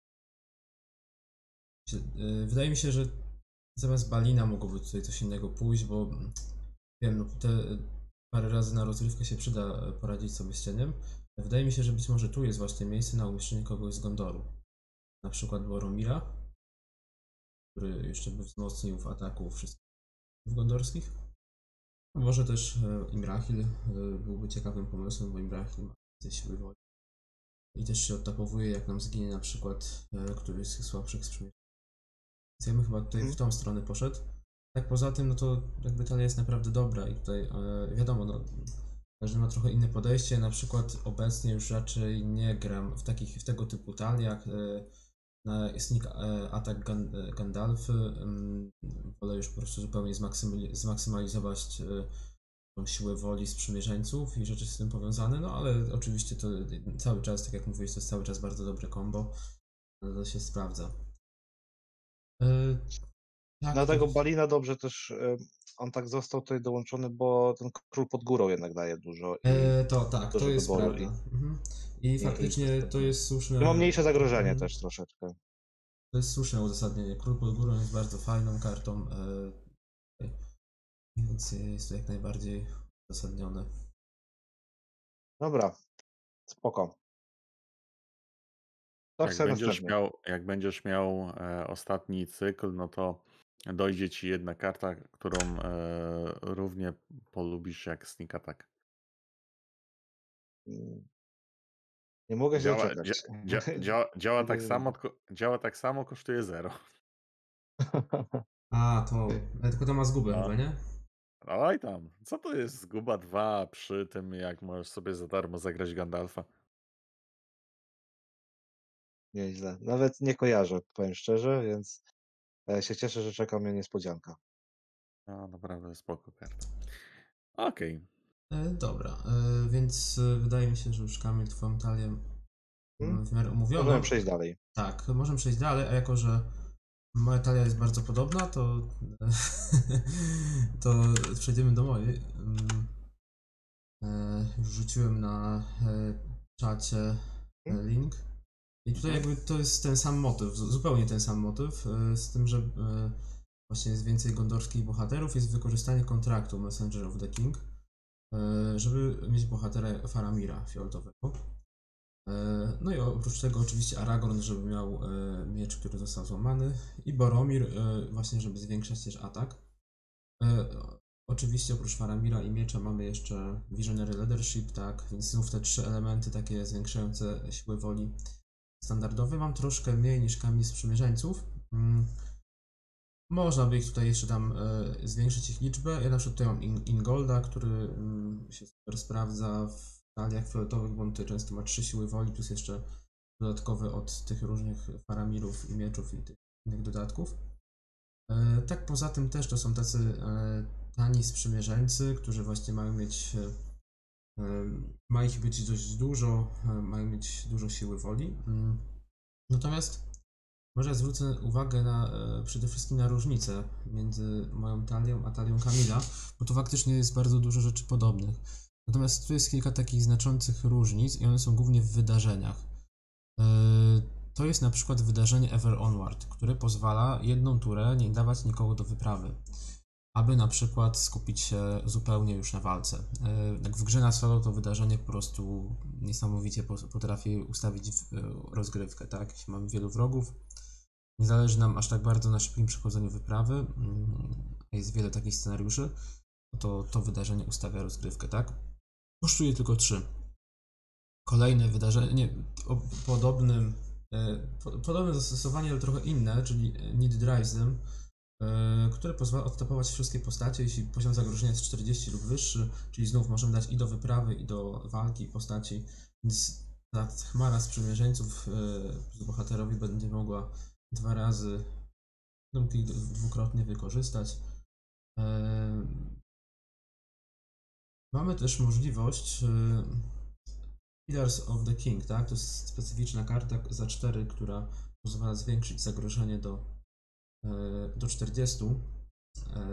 E, Wydaje mi się, że zamiast Balina mogłoby tutaj coś innego pójść, bo mm, wiem, no, te parę razy na rozgrywkę się przyda e, poradzić sobie z cieniem. Wydaje mi się, że być może tu jest właśnie miejsce na umieszczenie kogoś z Gondoru. Na przykład Boromira, który jeszcze by wzmocnił w ataku wszystkich gondorskich. Może też e, Imrahil e, byłby ciekawym pomysłem, bo Imrahil ma więcej siły woli. I też się odtapowuje, jak nam zginie na przykład e, któryś z tych słabszych sprzymierzeńców. Więc ja bym chyba tutaj Mhm. w tą stronę poszedł. Tak poza tym, no to jakby talia jest naprawdę dobra i tutaj e, wiadomo, no każdy ma trochę inne podejście. Na przykład obecnie już raczej nie gram w takich, w tego typu taliach. E, na sneak e, attack Gan, e, Gandalfy. em, Wolę już po prostu zupełnie zmaksymali- zmaksymalizować e, tą siłę woli sprzymierzeńców i rzeczy z tym powiązane, no ale oczywiście to cały czas, tak jak mówiłeś, to jest cały czas bardzo dobre combo. To się sprawdza. E, tak, Na to tego Balina dobrze też, e, on tak został tutaj dołączony, bo ten król pod górą jednak daje dużo i E, to tak, to dużo jest wyboru prawda. i, Mhm. I i, i faktycznie to przystępny. jest słuszne. I ma mniejsze zagrożenie Mhm. też troszeczkę. To jest słuszne uzasadnienie. Król pod górą jest bardzo fajną kartą, e, więc jest to jak najbardziej uzasadnione. Dobra, spoko. To Jak chcę będziesz następny. miał, jak będziesz miał e, ostatni cykl, no to dojdzie ci jedna karta, którą e, równie polubisz jak Sneak Attack. Mm, Nie mogę się Działa, dzia, doczekać. dzia, działa, działa, Nigdy tak nie samo, będę. tylko- działa tak samo, kosztuje zero. A, to. e, Tylko to ma zgubę No. chyba, nie? Oj tam, co to jest zguba dwa przy tym, jak możesz sobie za darmo zagrać Gandalfa? Nieźle. Nawet nie kojarzę, powiem szczerze, więc e, się cieszę, że czeka mnie niespodzianka. No, naprawdę spoko karta. Okej. E, dobra, e, więc e, wydaje mi się, że już Kamil twoją talię Hmm? mm, w miarę omówiono. Możemy przejść dalej. Tak, możemy przejść dalej, a jako, że moja talia jest bardzo podobna, to, to przejdziemy do mojej. Mm, e, Już rzuciłem na e, czacie e, Hmm? link. I tutaj jakby to jest ten sam motyw, zu- zupełnie ten sam motyw, e, z tym, że e, właśnie jest więcej gondorskich bohaterów, jest wykorzystanie kontraktu Messenger of the King, e, żeby mieć bohatera Faramira fioletowego. E, No i oprócz tego oczywiście Aragorn, żeby miał e, miecz, który został złamany, i Boromir e, właśnie, żeby zwiększać też atak. E, Oczywiście oprócz Faramira i miecza mamy jeszcze Visionary Leadership, tak, więc znów te trzy elementy takie zwiększające siłę woli standardowe. Mam troszkę mniej niż Kamil Sprzymierzeńców. Mm, Można by ich tutaj jeszcze tam e, zwiększyć ich liczbę. Ja na przykład tutaj mam In- Ingolda, który mm, się super sprawdza w taliach fioletowych, bo on tutaj często ma trzy siły woli, plus jeszcze dodatkowe od tych różnych Faramirów i mieczów i tych innych dodatków. E, Tak poza tym też to są tacy e, tani sprzymierzeńcy, którzy właśnie mają mieć, e, e, ma ich być dość dużo, e, mają mieć dużo siły woli. Mm. Natomiast może zwrócę uwagę na, e, przede wszystkim na różnicę między moją talią a talią Kamila, bo to faktycznie jest bardzo dużo rzeczy podobnych. Natomiast tu jest kilka takich znaczących różnic i one są głównie w wydarzeniach. E, To jest na przykład wydarzenie Ever Onward, które pozwala jedną turę nie dawać nikogo do wyprawy, aby na przykład skupić się zupełnie już na walce. E, Jak w grze na solo to wydarzenie po prostu niesamowicie po- potrafi ustawić w- e, rozgrywkę, tak? Jeśli mamy wielu wrogów, nie zależy nam aż tak bardzo na szybkim przechodzeniu wyprawy, mm, a jest wiele takich scenariuszy, no to to wydarzenie ustawia rozgrywkę, tak? Kosztuje tylko trzy. Kolejne wydarzenie o podobnym, e, po, podobne zastosowanie, ale trochę inne, czyli Need Drives Them, e, które pozwala odtapować wszystkie postacie, jeśli poziom zagrożenia jest czterdzieści lub wyższy, czyli znów możemy dać i do wyprawy, i do walki postaci, więc ta chmara sprzymierzeńców e, bohaterowi będzie mogła dwa razy lub ich dwukrotnie wykorzystać. E, Mamy też możliwość e, Pillars of the King, tak? To jest specyficzna karta za cztery, która pozwala zwiększyć zagrożenie do, e, do czterdziestu. E,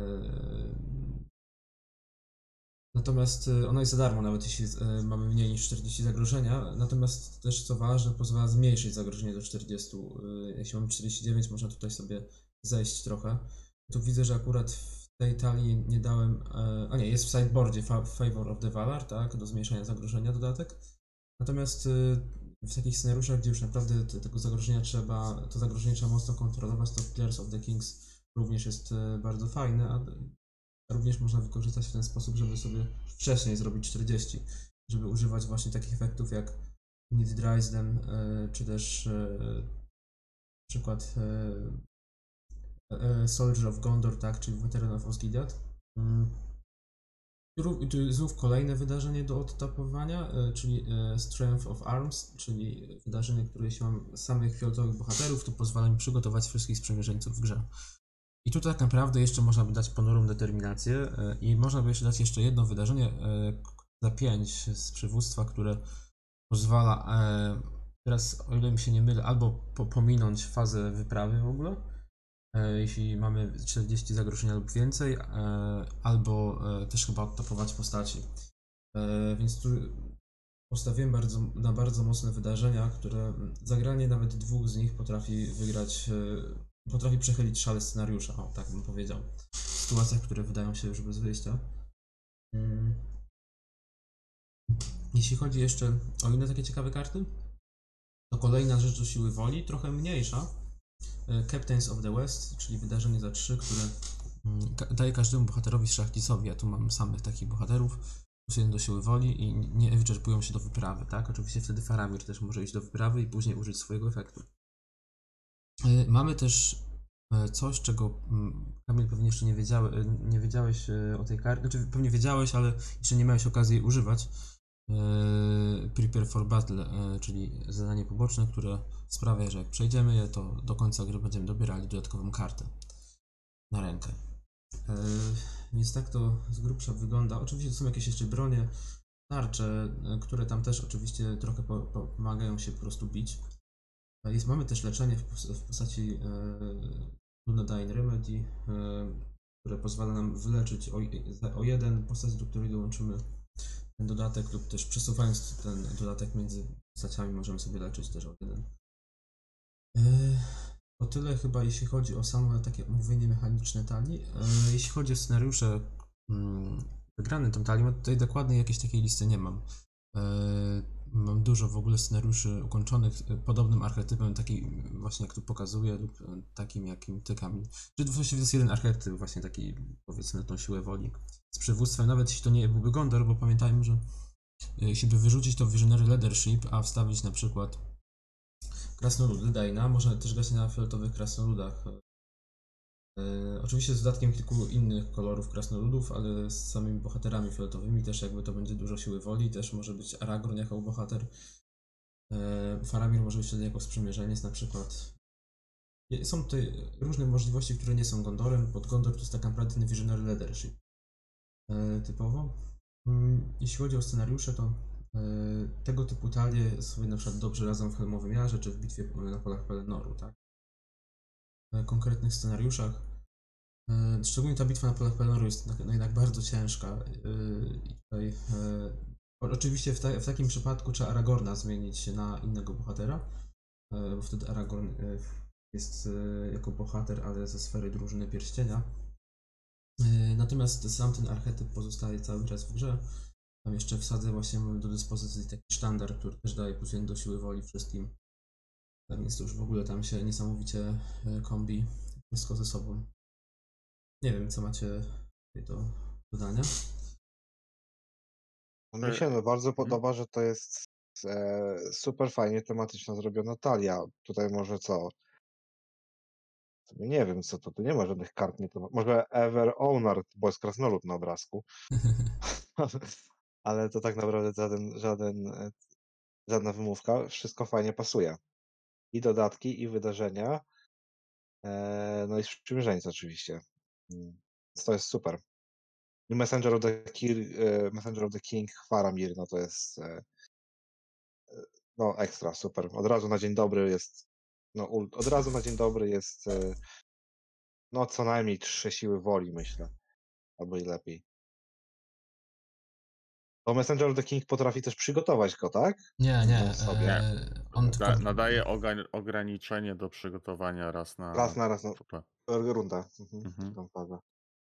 Natomiast e, ona jest za darmo, nawet jeśli e, mamy mniej niż czterdzieści zagrożenia. Natomiast też co ważne, pozwala zmniejszyć zagrożenie do czterdziestu. E, Jeśli mamy czterdzieści dziewięć, można tutaj sobie zejść trochę. Tu widzę, że akurat w tej talii nie dałem. e, A nie, jest w sideboardzie fa- Favor of the Valar, tak? Do zmniejszenia zagrożenia dodatek. Natomiast y, w takich scenariuszach, gdzie już naprawdę te, tego zagrożenia trzeba, to zagrożenie trzeba mocno kontrolować, to Pillars of the Kings również jest y, bardzo fajne, a również można wykorzystać w ten sposób, żeby sobie wcześniej zrobić czterdzieści, żeby używać właśnie takich efektów jak Need Drives Them, y, czy też y, na przykład y, y, Soldier of Gondor, tak, czyli Veteran of Osgiliath. Mm. Ró- Tu znów kolejne wydarzenie do odtapowania, e, czyli e, Strength of Arms, czyli wydarzenie, które jeśli mam samych fioletowych bohaterów, to pozwala mi przygotować wszystkich sprzymierzeńców w grze. I tu tak naprawdę jeszcze można by dać ponurą determinację e, i można by jeszcze dać jeszcze jedno wydarzenie e, k- za pięć z przywództwa, które pozwala e, teraz, o ile mi się nie mylę, albo po, pominąć fazę wyprawy w ogóle, e, jeśli mamy czterdzieści zagrożenia lub więcej, e, albo e, też chyba odtapować postaci. E, więc tu postawiłem bardzo, na bardzo mocne wydarzenia, które zagranie nawet dwóch z nich potrafi wygrać, e, potrafi przechylić szale scenariusza, o tak bym powiedział, w sytuacjach, które wydają się już bez wyjścia. Mm. Jeśli chodzi jeszcze o inne takie ciekawe karty, to kolejna rzecz do siły woli, trochę mniejsza. e, Captains of the West, czyli wydarzenie za trzy, które mm, ka- daje każdemu bohaterowi szlachcicowi. Ja tu mam samych takich bohaterów, plus jeden do siły woli i nie wyczerpują się do wyprawy, tak? Oczywiście wtedy Faramir też może iść do wyprawy i później użyć swojego efektu. E, Mamy też e, coś, czego mm, Kamil pewnie jeszcze nie, wiedziały, e, nie wiedziałeś e, o tej karcie, znaczy pewnie wiedziałeś, ale jeszcze nie miałeś okazji jej używać. E, Prepare for Battle, e, czyli zadanie poboczne, które sprawia, że jak przejdziemy je, to do końca gry będziemy dobierali dodatkową kartę na rękę. E, Więc tak to z grubsza wygląda. Oczywiście to są jakieś jeszcze bronie, tarcze, e, które tam też oczywiście trochę po, po, pomagają się po prostu bić. E, Jest, mamy też leczenie w, pos- w postaci Lunodyne Remedy, e, które pozwala nam wyleczyć o, za- o jeden postać, do której dołączymy ten dodatek, lub też przesuwając ten dodatek między postaciami możemy sobie leczyć też o jeden. Yy, O tyle chyba jeśli chodzi o same takie omówienie mechaniczne talii. Yy, Jeśli chodzi o scenariusze mm, wygrane tą talią, to tutaj dokładnej jakiejś takiej listy nie mam. Yy, Mam dużo w ogóle scenariuszy ukończonych yy, podobnym archetypem, taki właśnie jak tu pokazuję, lub yy, takim jakim ty, Kamil. Czy to właściwie to jest jeden archetyp, właśnie taki, powiedzmy, tą siłę woli z przywództwem, nawet jeśli to nie byłby Gondor, bo pamiętajmy, że yy, jeśli by wyrzucić to Visionary Leadership, a wstawić na przykład krasnoludy Daina, można też grać na fioletowych krasnoludach. Yy, oczywiście z dodatkiem kilku innych kolorów krasnoludów, ale z samymi bohaterami fioletowymi też jakby to będzie dużo siły woli, też może być Aragorn jako bohater. Yy, Faramir może być wtedy jako sprzymierzeniec na przykład. Je- Są tutaj różne możliwości, które nie są Gondorem, pod Gondor to jest tak naprawdę ten Visionary Leadership yy, typowo. Mm, Jeśli chodzi o scenariusze, to yy, tego typu talie sobie na przykład dobrze radzą w Helmowym Jarze czy w bitwie na polach Pelenoru, tak? W konkretnych scenariuszach. Yy, Szczególnie ta bitwa na polach Pelenoru jest jednak, no jednak bardzo ciężka. Yy, I tutaj, yy, o- oczywiście w, ta, w takim przypadku trzeba Aragorna zmienić na innego bohatera, yy, bo wtedy Aragorn yy, jest yy, jako bohater, ale ze sfery drużyny pierścienia. Yy, Natomiast sam ten archetyp pozostaje cały czas w grze. Tam jeszcze wsadzę właśnie do dyspozycji taki sztandar, który też daje plus jeden do siły woli wszystkim. Tak więc to już w ogóle tam się niesamowicie yy, kombi wszystko ze sobą. Nie wiem, co macie tutaj do dodania. No mi się no bardzo podoba, że to jest e, super fajnie tematycznie zrobiona talia. Tutaj może co? Sobie nie wiem, co to, tu nie ma żadnych kart. Nie to, może Ever Owner, bo jest krasnolud na obrazku. Ale to tak naprawdę żaden, żaden, e, żadna wymówka. Wszystko fajnie pasuje. I dodatki, i wydarzenia. E, no i sprzymierzeńcy oczywiście. Mm, To jest super. I Messenger of the, Ki- e, Messenger of the King Faramir, no to jest e, no ekstra, super. Od razu na dzień dobry jest, no ul- od razu na dzień dobry jest e, no co najmniej trzy siły woli, myślę. Albo i lepiej. Bo Messenger of the King potrafi też przygotować go, tak? Nie, nie. E, sobie. e, On Da, tylko. nadaje oga- ograniczenie do przygotowania raz na Raz na raz, no, tupę. runda. Mhm. Mhm. Tam faza.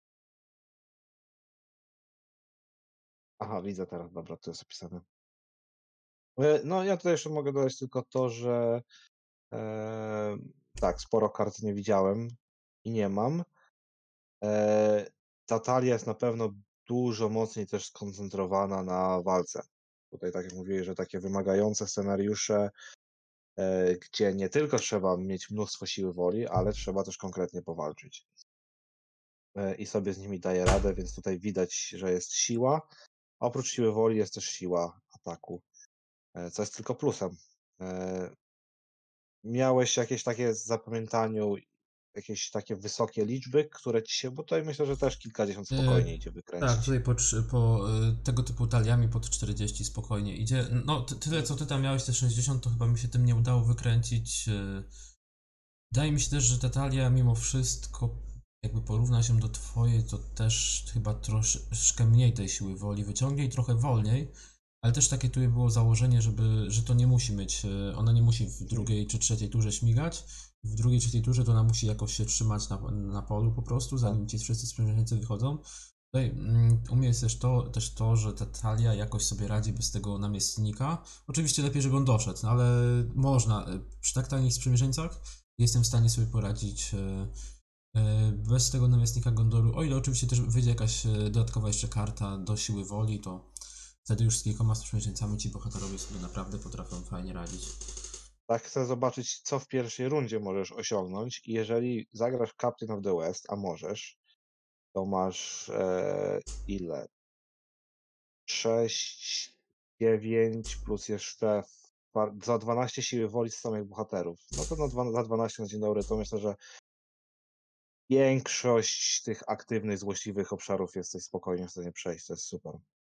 Aha, widzę teraz, dobra, to jest opisane. E, No ja tutaj jeszcze mogę dodać tylko to, że e, tak, sporo kart nie widziałem i nie mam. E, ta talia jest na pewno dużo mocniej też skoncentrowana na walce. Tutaj, tak jak mówiłeś, że takie wymagające scenariusze, e, gdzie nie tylko trzeba mieć mnóstwo siły woli, ale trzeba też konkretnie powalczyć. E, I sobie z nimi daje radę, więc tutaj widać, że jest siła. A oprócz siły woli jest też siła ataku, e, co jest tylko plusem. E, Miałeś jakieś takie w zapamiętaniu, jakieś takie wysokie liczby, które ci się, bo tutaj myślę, że też kilkadziesiąt E, spokojnie idzie Tak, wykręcić. tutaj po, trz- po e, tego typu taliami pod czterdzieści spokojnie idzie. No, ty, tyle co ty tam miałeś, te sześćdziesiąt, to chyba mi się tym nie udało wykręcić. e, Wydaje mi się też, że ta talia mimo wszystko, jakby porówna się do twojej, to też chyba troszeczkę mniej tej siły woli wyciągnie i trochę wolniej, ale też takie tu było założenie, żeby, że to nie musi mieć, e, ona nie musi w drugiej czy trzeciej turze śmigać, w drugiej, trzeciej turze to ona musi jakoś się trzymać na, na polu po prostu, zanim ci wszyscy sprzymierzeńcy wychodzą. Tutaj mm, u mnie jest też to, też to, że ta talia jakoś sobie radzi bez tego namiestnika. Oczywiście lepiej, żeby on doszedł, no ale można. e, Przy tak tanich sprzymierzeńcach jestem w stanie sobie poradzić e, e, bez tego namiestnika Gondoru. O ile oczywiście też wyjdzie jakaś e, dodatkowa jeszcze karta do siły woli, to wtedy już z kilkoma sprzymierzeńcami ci bohaterowie sobie naprawdę potrafią fajnie radzić. Tak chcę zobaczyć, co w pierwszej rundzie możesz osiągnąć i jeżeli zagrasz Captain of the West, a możesz, to masz e, ile? sześć, dziewięć plus jeszcze fa- za dwanaście siły woli z samych bohaterów. No to na dwa, za dwanaście na dzień dobry, to myślę, że większość tych aktywnych, złośliwych obszarów jesteś spokojnie w stanie przejść, to jest super.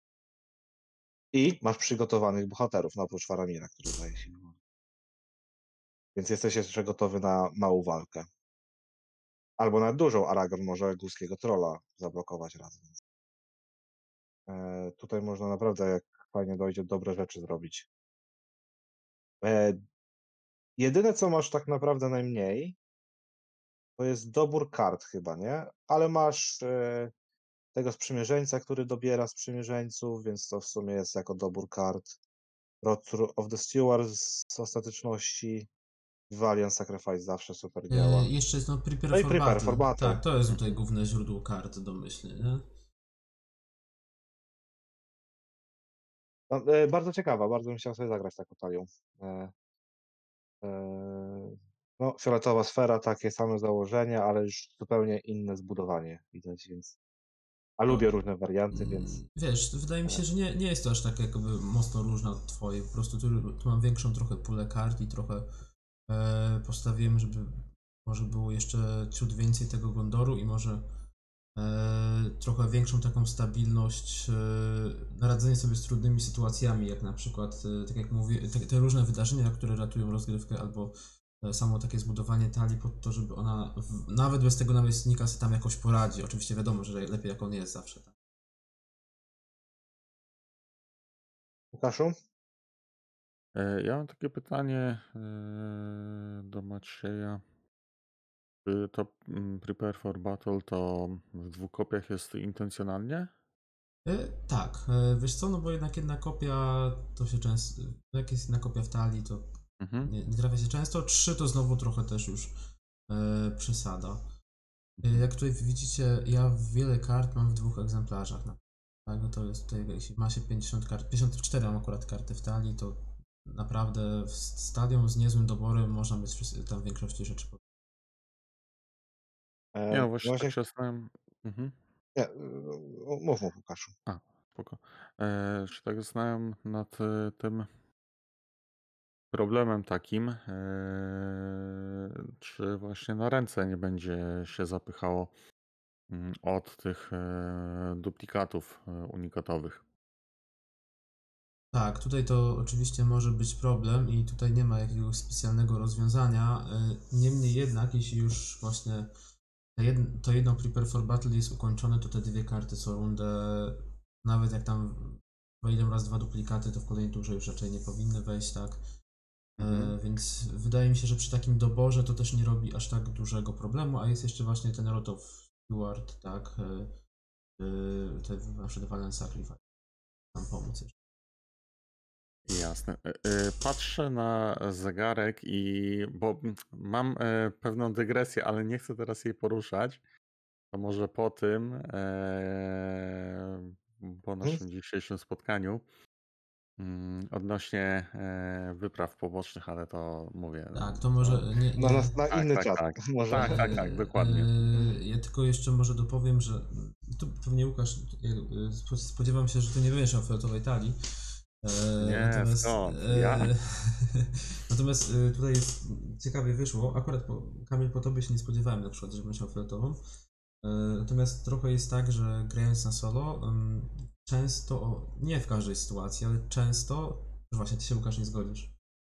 I masz przygotowanych bohaterów, no oprócz Faramira, który daje siłę woli. Więc jesteś jeszcze gotowy na małą walkę. Albo na dużą, Aragorn może górskiego trolla zablokować raz. Więc e, tutaj można naprawdę, jak fajnie dojdzie, dobre rzeczy zrobić. E, jedyne, co masz tak naprawdę najmniej, to jest dobór kart chyba, nie? Ale masz e, tego sprzymierzeńca, który dobiera sprzymierzeńców, więc to w sumie jest jako dobór kart. Wrath of the Steward z ostateczności. Valiant Sacrifice zawsze super E, działa. jeszcze jest no Prepare No i for Prepare Battle. for Battle. Tak, to jest tutaj Mhm. główne źródło kart domyślnie, nie? No, e, bardzo ciekawa, bardzo bym chciał sobie zagrać taką talią. E, e, no, fioletowa sfera, takie same założenia, ale już zupełnie inne zbudowanie widać, więc. A No, lubię różne warianty, więc. mm, wiesz, wydaje mi się, e, że nie, nie jest to aż tak jakby mocno różna od twojej. Po prostu tu, tu mam większą trochę pulę kart i trochę e, postawiłem, żeby może było jeszcze ciut więcej tego Gondoru i może e, trochę większą taką stabilność, e, na radzenie sobie z trudnymi sytuacjami, jak na przykład, e, tak jak mówię, te, te różne wydarzenia, które ratują rozgrywkę, albo e, samo takie zbudowanie talii pod to, żeby ona w, nawet bez tego namiestnika sobie tam jakoś poradzi. Oczywiście wiadomo, że lepiej jak on jest zawsze. Tak. Łukaszu? E, Ja mam takie pytanie e, do Macieja. Czy to mm, Prepare for Battle to w dwóch kopiach jest intencjonalnie? E, tak, e, wiesz co, no bo jednak jedna kopia to się często, jak jest jedna kopia w talii, to Mhm. nie, nie trafia się często, trzy to znowu trochę też już e, przesada. E, Mhm. jak tutaj widzicie, ja wiele kart mam w dwóch egzemplarzach. Na, tak, no to jest tutaj, jeśli ma się pięćdziesiąt kart, pięćdziesiąt cztery mam akurat karty w talii, to naprawdę z z talią z niezłym doborem można mieć wszyscy- tam w większości rzeczy. Nie, E, no no właśnie tak właśnie, się zastanawiam. Mhm. nie, e, mów, mów Łukaszu. A, spoko. E, się tak zastanawiam nad e, tym problemem takim, e, czy właśnie na ręce nie będzie się zapychało mm, od tych e, duplikatów e, unikatowych. Tak, tutaj to oczywiście może być problem i tutaj nie ma jakiegoś specjalnego rozwiązania. y, Niemniej jednak, jeśli już właśnie to jedno, to jedno Prepare for Battle jest ukończone, to te dwie karty co rundę, nawet jak tam wejdą raz dwa duplikaty, to w kolejnej turze już raczej nie powinny wejść, tak? Mhm. E, Więc wydaje mi się, że przy takim doborze to też nie robi aż tak dużego problemu, a jest jeszcze właśnie ten Wrath of Steward, tak? e, e, Te nasze Valiant Sacrifice nam pomóc jeszcze. Jasne. E, e, Patrzę na zegarek i bo mm, mam e, pewną dygresję, ale nie chcę teraz jej poruszać. To może po tym, e, po Mhm. naszym dzisiejszym spotkaniu, mm, odnośnie e, wypraw pobocznych, ale to mówię. Tak, to To, może nie, Na, nie, nas, na tak, inny tak, czas. tak. Możemy. Tak, tak, tak, dokładnie. Yy, ja tylko jeszcze może dopowiem, że tu pewnie Łukasz, yy, spo- spodziewam się, że ty nie będziesz miał fioletowej talii. Yy, Nie, natomiast, skąd? yy, Ja? natomiast yy, tutaj jest ciekawie wyszło. Akurat po, Kamil, po tobie się nie spodziewałem na przykład, że będziesz miał fioletową. Yy, natomiast trochę jest tak, że grając na solo, yy, często, nie w każdej sytuacji, ale często, że właśnie ty się Łukasz nie zgodzisz.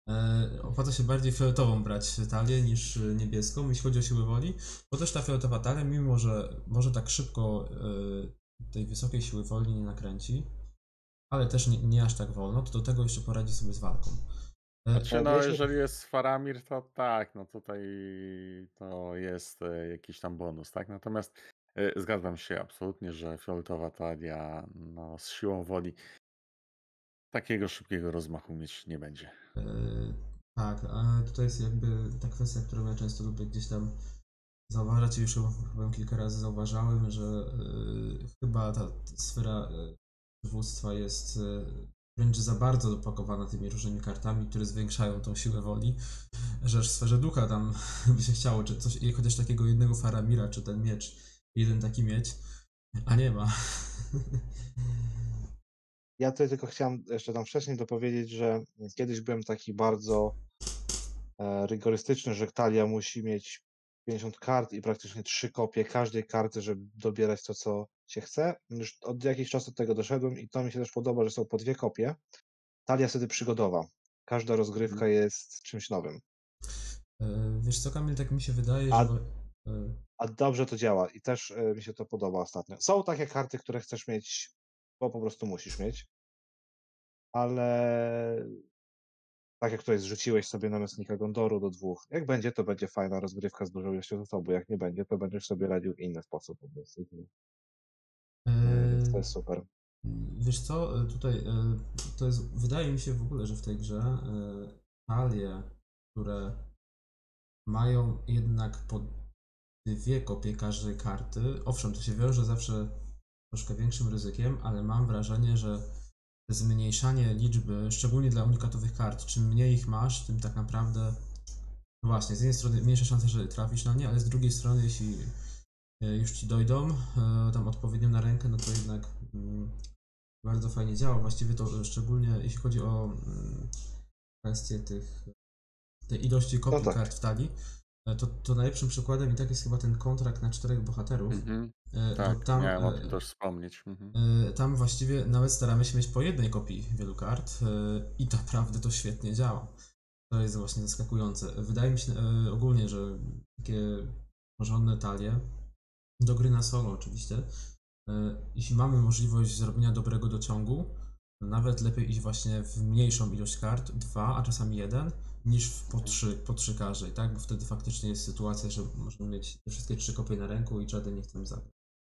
E, opłaca się bardziej fioletową brać talię niż e, niebieską, jeśli chodzi o siłę woli, bo też ta fioletowa talia, mimo że może tak szybko e, tej wysokiej siły woli nie nakręci, ale też nie, nie aż tak wolno, to do tego jeszcze poradzi sobie z walką. E, Znaczy, E, no, Mieliśmy, jeżeli jest Faramir, to tak, no tutaj to jest e, jakiś tam bonus, tak? Natomiast e, zgadzam się absolutnie, że fioletowa talia, no, z siłą woli takiego szybkiego rozmachu mieć nie będzie. e, tak, a tutaj jest jakby ta kwestia, którą ja często lubię gdzieś tam zauważać i już ją chyba kilka razy zauważałem, że e, chyba ta sfera e, przywództwa jest e, wręcz za bardzo dopakowana tymi różnymi kartami, które zwiększają tą siłę woli, że aż w sferze ducha tam by się chciało, czy coś, i chociaż takiego jednego Faramira, czy ten miecz, jeden taki mieć, a nie ma. ja tutaj tylko chciałem jeszcze tam wcześniej dopowiedzieć, że kiedyś byłem taki bardzo e, rygorystyczny, że talia musi mieć pięćdziesiąt kart i praktycznie trzy kopie każdej karty, żeby dobierać to, co się chce. Już od jakiegoś czasu do tego doszedłem i to mi się też podoba, że są po dwie kopie. Talia wtedy przygodowa. Każda rozgrywka Mhm. jest czymś nowym. E, Wiesz co, Kamil, tak mi się wydaje, A, że... wa- e, a dobrze to działa i też e, mi się to podoba ostatnio. Są takie karty, które chcesz mieć, bo po prostu musisz mieć, ale tak jak tutaj zrzuciłeś sobie namiestnika Gondoru do dwóch. Jak będzie, to będzie fajna rozgrywka z dużą ilością zasobu. Jak nie będzie, to będziesz sobie radził w inny sposób po prostu. E, Więc to e, jest super. Wiesz co, e, tutaj e, to jest, wydaje mi się w ogóle, że w tej grze e, talie, które mają jednak po dwie kopie każdej karty, owszem, to się wiąże zawsze troszkę większym ryzykiem, ale mam wrażenie, że zmniejszanie liczby, szczególnie dla unikatowych kart, czym mniej ich masz, tym tak naprawdę, no właśnie, z jednej strony mniejsza szansa, że trafisz na nie, ale z drugiej strony, jeśli e, już ci dojdą e, tam odpowiednio na rękę, no to jednak mm, bardzo fajnie działa. Właściwie to szczególnie jeśli chodzi o mm, kwestię tych, tej ilości No kopii tak. kart w talii, e, to, to najlepszym przykładem i tak jest chyba ten kontrakt na czterech bohaterów, Mhm. e, bo Tak, tam, miałem o tym e, też wspomnieć. Mhm. e, tam właściwie nawet staramy się mieć po jednej kopii wielu kart e, i naprawdę to świetnie działa. To jest właśnie zaskakujące. Wydaje mi się e, ogólnie, że takie porządne talie, do gry na solo oczywiście, e, jeśli mamy możliwość zrobienia dobrego dociągu, to nawet lepiej iść właśnie w mniejszą ilość kart, dwa, a czasami jeden, niż w po trzy, po trzy każdej, tak? Bo wtedy faktycznie jest sytuacja, że możemy mieć te wszystkie trzy kopie na ręku i żaden nie chcemy zagrać.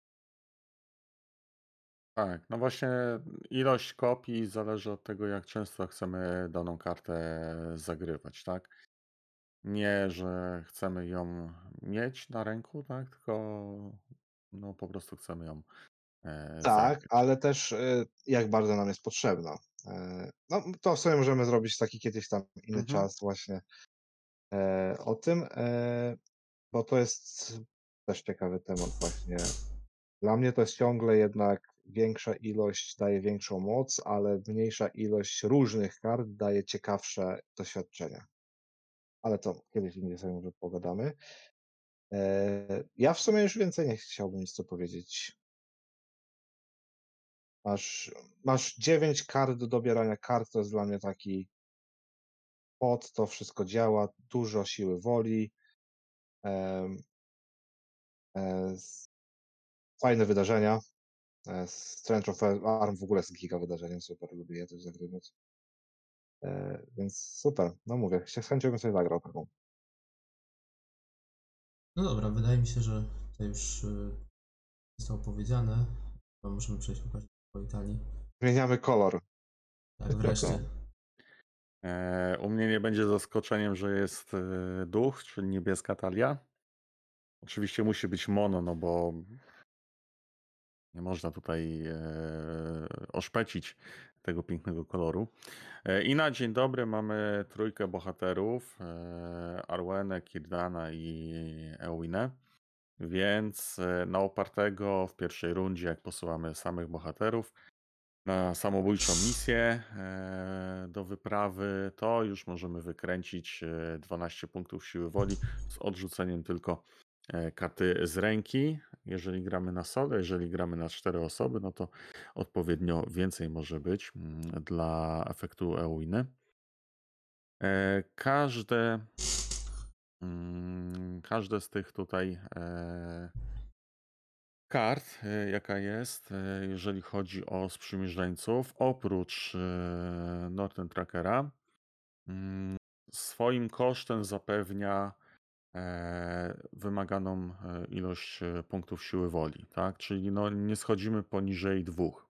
Tak, no właśnie ilość kopii zależy od tego, jak często chcemy daną kartę zagrywać, tak? Nie, że chcemy ją mieć na ręku, tak? Tylko no po prostu chcemy ją e, Tak, zagrać. ale też y, jak bardzo nam jest potrzebna. E, No, to sobie możemy zrobić taki kiedyś tam inny Mhm. czas właśnie e, o tym, e, bo to jest też ciekawy temat właśnie. Dla mnie to jest ciągle jednak większa ilość daje większą moc, ale mniejsza ilość różnych kart daje ciekawsze doświadczenia. Ale to kiedyś indziej sobie może pogadamy. E, Ja w sumie już więcej nie chciałbym nic tu powiedzieć. Masz, masz dziewięć kart do dobierania kart, to jest dla mnie taki pod, to wszystko działa, dużo siły woli, em, e, s- fajne wydarzenia. e, Strength of Arm w ogóle jest giga wydarzeniem, super, lubię je też zagrywać. E, Więc super, no mówię, chcia- z chęcią bym sobie zagrał taką. No dobra, wydaje mi się, że to już y, zostało powiedziane. Chyba możemy przejść po po Italii. Zmieniamy kolor. Tak, wreszcie. E, U mnie nie będzie zaskoczeniem, że jest e, duch, czyli niebieska talia. Oczywiście musi być mono, no bo nie można tutaj e, oszpecić tego pięknego koloru. E, I na dzień dobry mamy trójkę bohaterów, e, Arwenę, Kirdana i Eowynę. Więc e, na opartego w pierwszej rundzie, jak posyłamy samych bohaterów na samobójczą misję e, do wyprawy, to już możemy wykręcić e, dwanaście punktów siły woli z odrzuceniem tylko e, karty z ręki. Jeżeli gramy na solo, jeżeli gramy na cztery osoby, no to odpowiednio więcej może być mm, dla efektu Eowiny. E, każde, mm, każde z tych tutaj e, kart, e, jaka jest, e, jeżeli chodzi o sprzymierzeńców, oprócz e, Northern Trackera, mm, swoim kosztem zapewnia e, wymaganą e, ilość e, punktów siły woli, tak? Czyli no, nie schodzimy poniżej dwóch.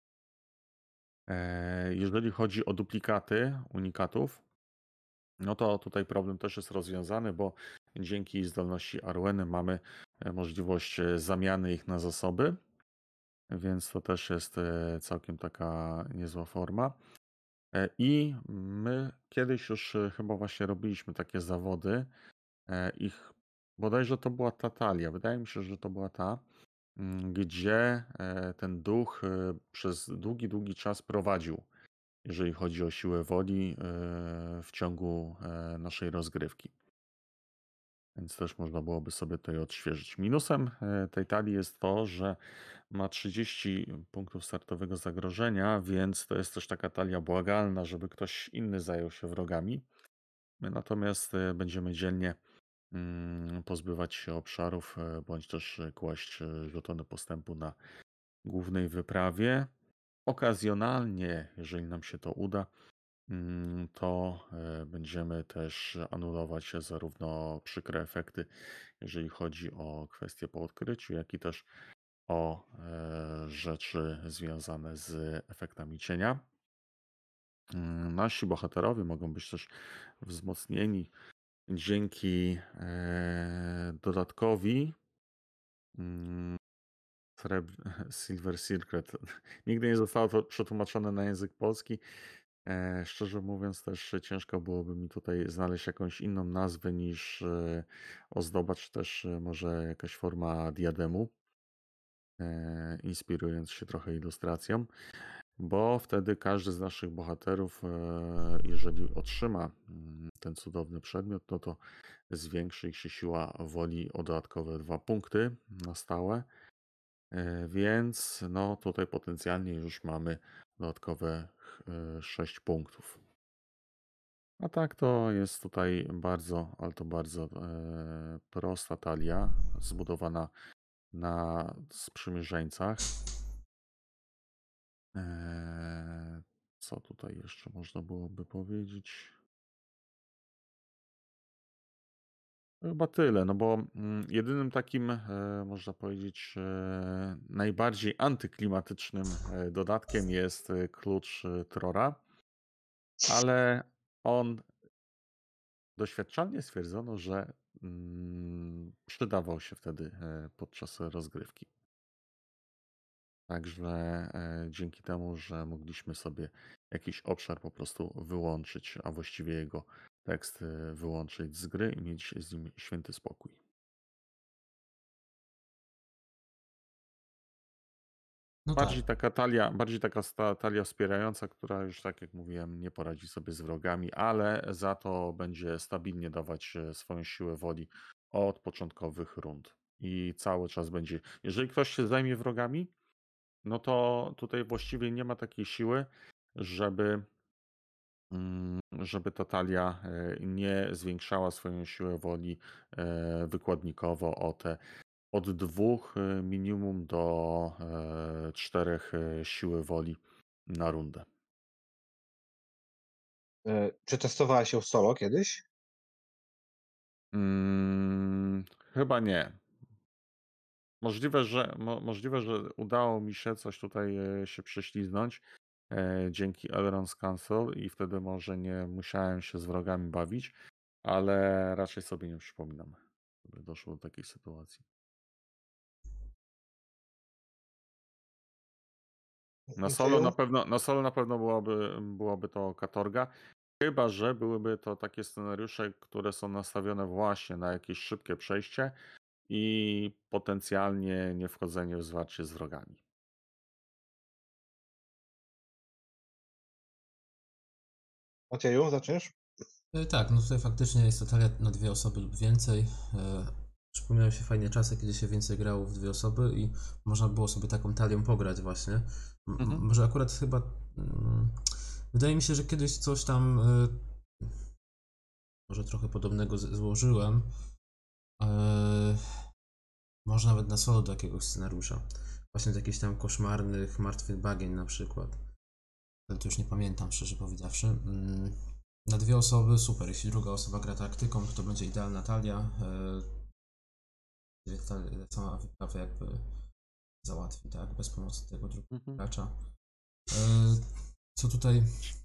E, jeżeli chodzi o duplikaty unikatów, no to tutaj problem też jest rozwiązany, bo dzięki zdolności Arweny mamy e, możliwość e, zamiany ich na zasoby, więc to też jest e, całkiem taka niezła forma. E, I my kiedyś już e, chyba właśnie robiliśmy takie zawody. e, Ich bodajże to była ta talia, wydaje mi się, że to była ta, mm, gdzie e, ten duch e, przez długi, długi czas prowadził, jeżeli chodzi o siłę woli e, w ciągu e, naszej rozgrywki. Więc też można byłoby sobie tutaj odświeżyć. Minusem e, tej talii jest to, że ma trzydzieści punktów startowego zagrożenia, więc to jest też taka talia błagalna, żeby ktoś inny zajął się wrogami. My natomiast e, będziemy dzielnie mm, pozbywać się obszarów, e, bądź też e, kłaść e, żetony postępu na głównej wyprawie. Okazjonalnie, jeżeli nam się to uda, mm, to e, będziemy też anulować zarówno przykre efekty, jeżeli chodzi o kwestie po odkryciu, jak i też o e, rzeczy związane z efektami cienia. Mm, Nasi bohaterowie mogą być też wzmocnieni dzięki e, dodatkowi mm, srebr- Silver Circlet. Nigdy nie zostało to przetłumaczone na język polski. E, szczerze mówiąc, też ciężko byłoby mi tutaj znaleźć jakąś inną nazwę niż e, ozdoba, czy też e, może jakaś forma diademu, e, inspirując się trochę ilustracją, bo wtedy każdy z naszych bohaterów, e, jeżeli otrzyma mm, ten cudowny przedmiot, no to zwiększy ich się siła woli o dodatkowe dwa punkty na stałe. E, Więc no tutaj potencjalnie już mamy dodatkowe e, sześć punktów. A tak to jest tutaj bardzo, ale to bardzo e, prosta talia, zbudowana na sprzymierzeńcach. E, Co tutaj jeszcze można byłoby powiedzieć? Chyba tyle, no bo mm, jedynym takim, e, można powiedzieć, e, najbardziej antyklimatycznym e, dodatkiem jest e, klucz e, Trora, ale on doświadczalnie stwierdzono, że mm, przydawał się wtedy e, podczas rozgrywki. Także e, dzięki temu, że mogliśmy sobie jakiś obszar po prostu wyłączyć, a właściwie jego tekst e, wyłączyć z gry i mieć z nim święty spokój. No tak. Bardziej taka talia, bardziej taka sta- talia wspierająca, która już tak jak mówiłem, nie poradzi sobie z wrogami, ale za to będzie stabilnie dawać e, swoją siłę woli od początkowych rund. I cały czas będzie. Jeżeli ktoś się zajmie wrogami, no to tutaj właściwie nie ma takiej siły, żeby, mm, żeby ta talia e, nie zwiększała swoją siłę woli e, wykładnikowo o te od dwóch e, minimum do e, czterech e, siły woli na rundę. E, Czy testowałeś ją solo kiedyś? Mm, chyba nie. Możliwe, że, mo, możliwe, że udało mi się coś tutaj e, się prześliznąć e, dzięki Elrond's Council i wtedy może nie musiałem się z wrogami bawić, ale raczej sobie nie przypominam, żeby doszło do takiej sytuacji. Na solo na pewno, na solo na pewno byłaby, byłaby to katorga. Chyba że byłyby to takie scenariusze, które są nastawione właśnie na jakieś szybkie przejście i potencjalnie nie wchodzenie w zwarcie z wrogami. Macieju, zaczniesz? E, Tak, no tutaj faktycznie jest to talia na dwie osoby lub więcej. E, Przypominają się fajne czasy, kiedy się więcej grało w dwie osoby i można było sobie taką talią pograć właśnie. M- Mhm. Może akurat chyba... mm, Wydaje mi się, że kiedyś coś tam... e, może trochę podobnego z- złożyłem. Eee, może nawet na solo do jakiegoś scenariusza. Właśnie z jakichś tam koszmarnych, martwych bagien na przykład. Ale to już nie pamiętam, szczerze powiedziawszy. Mm, Na dwie osoby super. Jeśli druga osoba gra taktyką, to to będzie idealna talia. Eee, ta- sama wyprawa jakby załatwi, tak? Bez pomocy tego drugiego Mhm. gracza. Eee, Co tutaj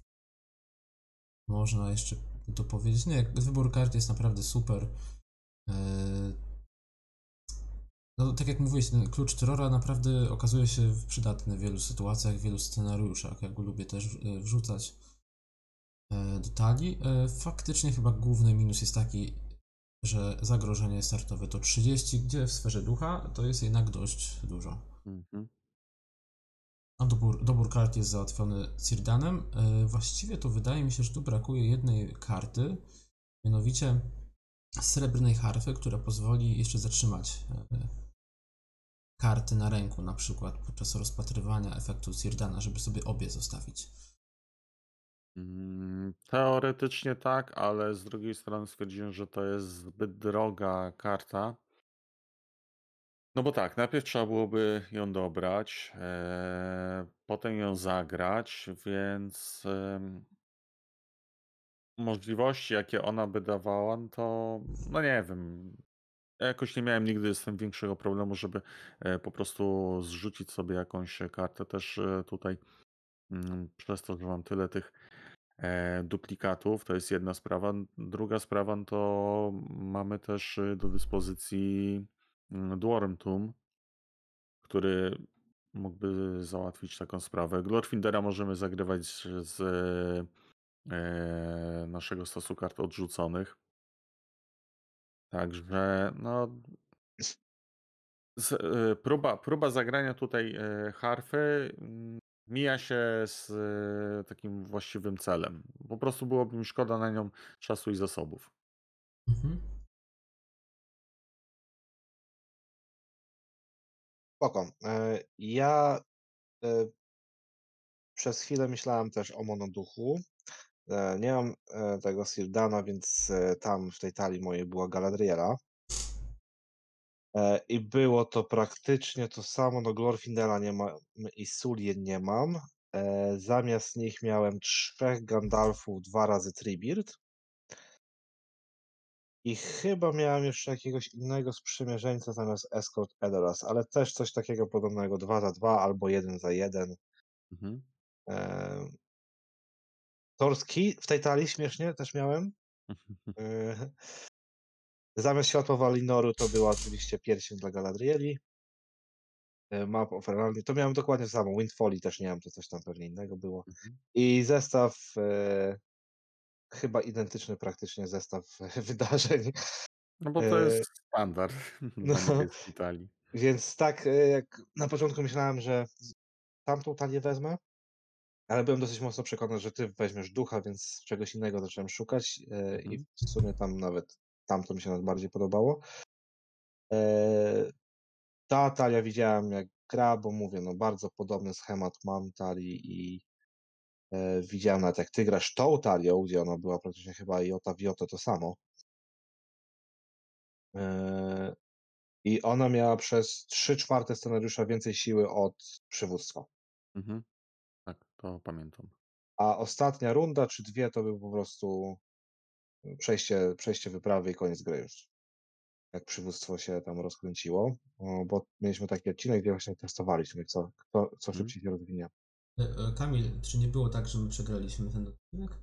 można jeszcze dopowiedzieć? Nie, wybór kart jest naprawdę super. Eee, No, tak jak mówiłeś, ten klucz terrora naprawdę okazuje się przydatny w wielu sytuacjach, w wielu scenariuszach. Ja go lubię też e, wrzucać e, do talii. E, Faktycznie chyba główny minus jest taki, że zagrożenie startowe to trzydzieści, gdzie w sferze ducha to jest jednak dość dużo. Mhm. A dobór, dobór kart jest załatwiony Cirdanem. E, Właściwie to wydaje mi się, że tu brakuje jednej karty, mianowicie srebrnej harfy, która pozwoli jeszcze zatrzymać e, karty na ręku, na przykład podczas rozpatrywania efektu Cirdana, żeby sobie obie zostawić. Mm, Teoretycznie tak, ale z drugiej strony stwierdziłem, że to jest zbyt droga karta. No bo tak, najpierw trzeba byłoby ją dobrać, e, potem ją zagrać, więc em, możliwości, jakie ona by dawała, no to no nie wiem. Ja jakoś nie miałem nigdy z tym większego problemu, żeby e, po prostu zrzucić sobie jakąś kartę też e, tutaj. Mm, Przez to, że mam tyle tych e, duplikatów, to jest jedna sprawa. Druga sprawa, no to mamy też y, do dyspozycji mm, Dwarven Tomb, który mógłby załatwić taką sprawę. Glorfindera możemy zagrywać z z, e, naszego stosu kart odrzuconych. Także no, z, e, próba, próba zagrania tutaj e, harfy mm, mija się z e, takim właściwym celem. Po prostu byłoby mi szkoda na nią czasu i zasobów. Mhm. Spoko. E, Ja e, przez chwilę myślałem też o Monoduchu. E, Nie mam e, tego Sildana, więc e, tam w tej talii mojej była Galadriela. E, I było to praktycznie to samo. No Glorfindela nie mam i Sulien nie mam. E, Zamiast nich miałem trzech Gandalfów, dwa razy Treebeard. I chyba miałem jeszcze jakiegoś innego sprzymierzeńca zamiast Escort Edoras, ale też coś takiego podobnego, dwa za dwa albo jeden za jeden. Mhm. Eee, Torski w tej talii śmiesznie też miałem. Eee, Zamiast Światła Walinoru to była oczywiście pierścień dla Galadrieli. Eee, Map of Reality, to miałem dokładnie to samo. Windfalli też nie mam, to coś tam pewnie innego było. Mhm. I zestaw eee, chyba identyczny praktycznie zestaw wydarzeń. No bo to jest Eee, standard No, dla niebieskiej talii. więc tak, e, jak na początku myślałem, że tamtą talię wezmę, ale byłem dosyć mocno przekonany, że ty weźmiesz ducha, więc czegoś innego zacząłem szukać e, i Mhm. w sumie tam nawet tamto mi się nawet bardziej podobało. E, Ta talia widziałem jak gra, bo mówię, no bardzo podobny schemat mam talii i e, widziałem nawet jak ty grasz tą talią, gdzie ona była praktycznie chyba jota w jotę to samo. E, I ona miała przez trzy czwarte scenariusza więcej siły od przywództwa. Mhm. Tak, to pamiętam. A ostatnia runda czy dwie to był po prostu przejście, przejście wyprawy i koniec gry już. Jak przywództwo się tam rozkręciło, o, bo mieliśmy taki odcinek, gdzie właśnie testowaliśmy, co, kto, co Mhm. szybciej się rozwinie. E, e, Kamil, czy nie było tak, że my przegraliśmy ten odcinek?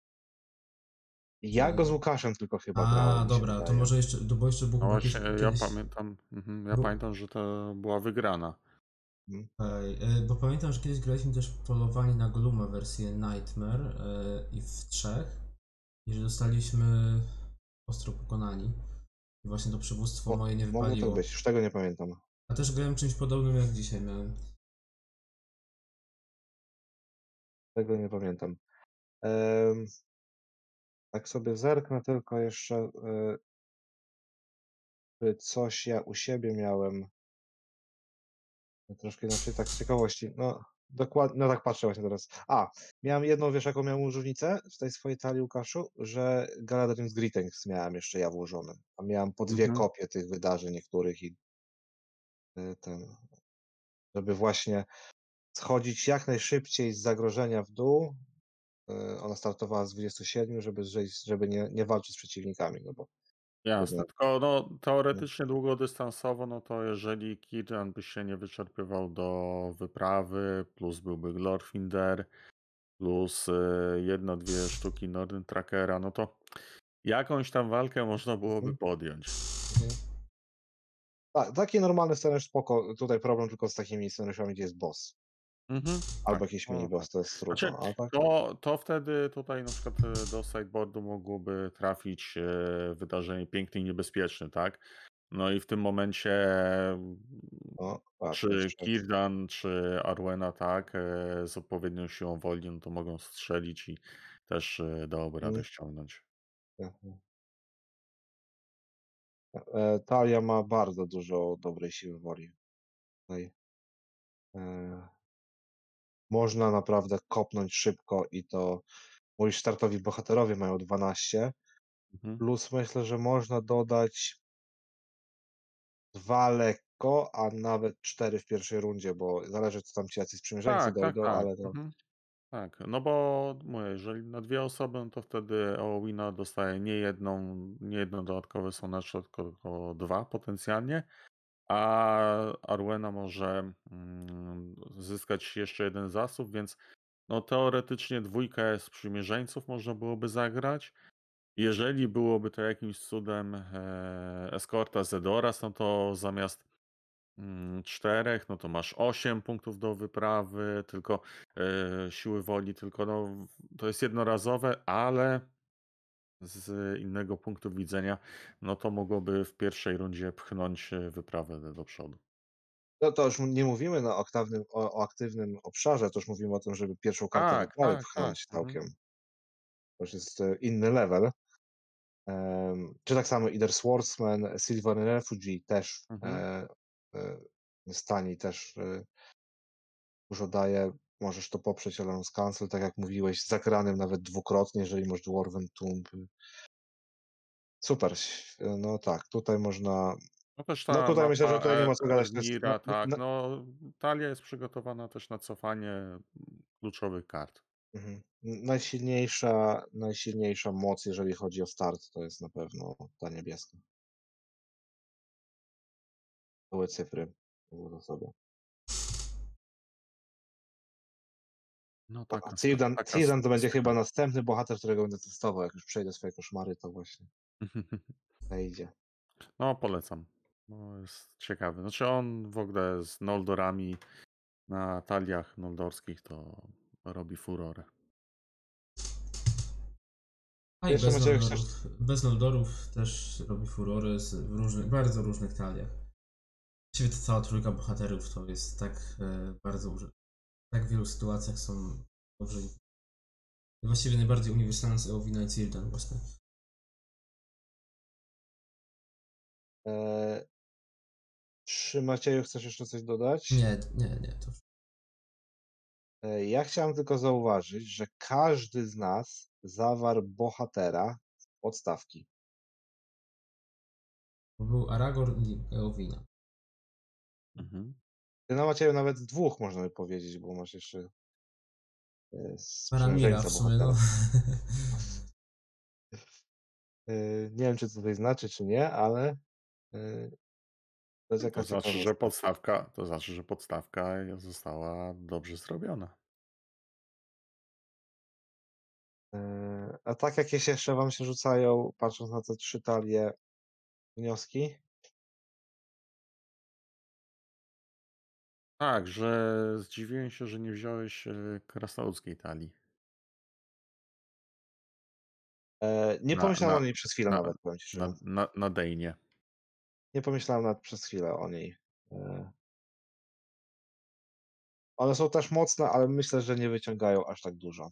Ja go z Czy... Łukaszem tylko chyba grałem, A, mi się dobra, to wydaje. może jeszcze, to bo jeszcze był No chyba właśnie, kiedyś, ja kiedyś pamiętam, mhm, ja był, pamiętam, że to była wygrana. Mhm. Ej, e, bo pamiętam, że kiedyś graliśmy też polowanie na Gluma wersję Nightmare e, i w trzech i że dostaliśmy ostro pokonani. I właśnie to przywództwo Mo- moje nie Mogło tak wypaliło. być, już tego nie pamiętam. A też grałem czymś podobnym jak dzisiaj miałem. Tego nie pamiętam. Em, tak sobie zerknę tylko jeszcze, e, czy coś ja u siebie miałem troszkę inaczej, tak z ciekawości. No, dokładnie, no tak patrzę właśnie teraz. A, miałem jedną, wiesz jaką miałem różnicę w tej swojej talii, Łukaszu? Że Galadrim's Greetings miałem jeszcze ja włożony, a miałem po dwie Mhm. kopie tych wydarzeń niektórych i y, ten, żeby właśnie schodzić jak najszybciej z zagrożenia w dół. Y, Ona startowała z dwudziestu siedmiu, żeby, zejść- żeby nie, nie walczyć z przeciwnikami, no bo Jasne, jednak, tylko no, no, teoretycznie długodystansowo, no to jeżeli Kiran by się nie wyczerpywał do wyprawy, plus byłby Glorfinder, plus y, jedno, dwie sztuki Northern Trackera, no to jakąś tam walkę można byłoby mhm, podjąć. mhm. Tak, taki normalny scenariusz spoko. Tutaj problem tylko z takimi scenariuszami, gdzie jest boss. Mhm, Albo tak, jakiś no mini tak. boss, to jest Znaczy, trudno. A tak? to, to wtedy tutaj na przykład e, do sideboardu mogłoby trafić e, wydarzenie piękny i niebezpieczny, tak? No i w tym momencie mm, No, tak, to czy jeszcze. Kirdan, czy Arwena, tak, e, z odpowiednią siłą woli, no to mogą strzelić i też e, dałoby radę Mm, ściągnąć. mhm. E, Talia ma bardzo dużo dobrej siły woli. Tutaj, e, można naprawdę kopnąć szybko i to moi startowi bohaterowie mają dwanaście, Mhm. plus myślę, że można dodać dwa lekko, a nawet cztery w pierwszej rundzie, bo zależy co tam ci jacyś sprzymierzeńcy Tak, tak, dojdą, tak. ale to Mhm. Tak, no bo mówię, jeżeli na dwie osoby, no to wtedy Owina dostaje nie jedną, nie jedno dodatkowe słoneczko, tylko, tylko dwa potencjalnie, a Arwena może mm, zyskać jeszcze jeden zasób, więc no teoretycznie dwójkę sprzymierzeńców można byłoby zagrać. Jeżeli byłoby to jakimś cudem e, eskorta Zedoras, no to zamiast mm, czterech, no to masz osiem punktów do wyprawy, tylko e, siły woli, tylko no, w- to jest jednorazowe, ale z innego punktu widzenia, no to mogłoby w pierwszej rundzie pchnąć e, wyprawę do przodu. no to już nie mówimy no, o, aktywnym, o, o aktywnym obszarze, to już mówimy o tym, żeby pierwszą kartę Tak, wyprawy tak, tak. pchnąć Mhm. całkiem. To już jest e, inny level. Em, czy tak samo Either Swordsman, Silver Refugee też Mhm. e, e, z tani też e, dużo daje. Możesz to poprzeć, ale on cancel, tak jak mówiłeś, z ekranem nawet dwukrotnie, jeżeli masz Dwarven Tomb. Super. ś- No tak, tutaj można. No też No ta tutaj myślę, że mapa tutaj nie E- ma co gadać. To jest na, Elmira, na, tak, na, no talia jest przygotowana też na cofanie mm, kluczowych kart. mhm. Najsilniejsza, najsilniejsza moc, jeżeli chodzi o start, to jest na pewno ta niebieska. Były cyfry w sobie. No A taka, sta- Círdan taka Círdan to będzie chyba statystyka. następny bohater, którego będę testował. Jak już przejdę swoje koszmary, to właśnie wejdzie. No, polecam. No, jest ciekawy. Znaczy on w ogóle z Noldorami na taliach noldorskich to robi furorę. A i Jeszcze bez Macieju chcesz. Noldorów, bez Noldorów też robi furory z, w różnych, bardzo różnych taliach. Właściwie ta cała trójka bohaterów to jest tak e, bardzo, uży- w tak wielu sytuacjach są dobrze. Właściwie najbardziej uniwersalne są Eowina i Círdan właśnie. E, czy Macieju chcesz jeszcze coś dodać? Nie, nie, nie, to E, ja chciałem tylko zauważyć, że każdy z nas zawarł bohatera z podstawki. to był Aragorn i Eowina. Mhm. Ty na Macieju nawet z dwóch można by powiedzieć, bo masz jeszcze e, Faramira w sprzymierzeńca sumie, no. bohatera. E, nie wiem, czy to coś znaczy, czy nie, ale e, to jest To jakaś znaczy, że ciekawostka. podstawka, to znaczy, że podstawka została dobrze zrobiona. E, a tak jakieś jeszcze wam się rzucają, patrząc na te trzy talie, wnioski? Tak, że zdziwiłem się, że nie wziąłeś e, krasnoludzkiej talii. E, nie Na, pomyślałem o na, niej przez chwilę na, nawet, powiem ci na, szczerze. na, na Dejnie. Nie pomyślałem nawet przez chwilę o niej. E, one są też mocne, ale myślę, że nie wyciągają aż tak dużo.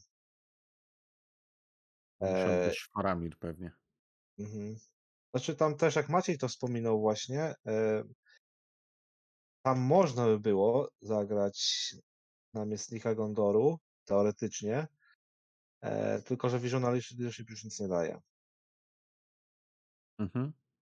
Musiał E, być Faramir pewnie. mhm. Znaczy tam też, jak Maciej to wspominał właśnie, e, tam można by było zagrać namiestnika Gondoru, teoretycznie, e, tylko że Vision Leadership już nic nie daje. Mhm.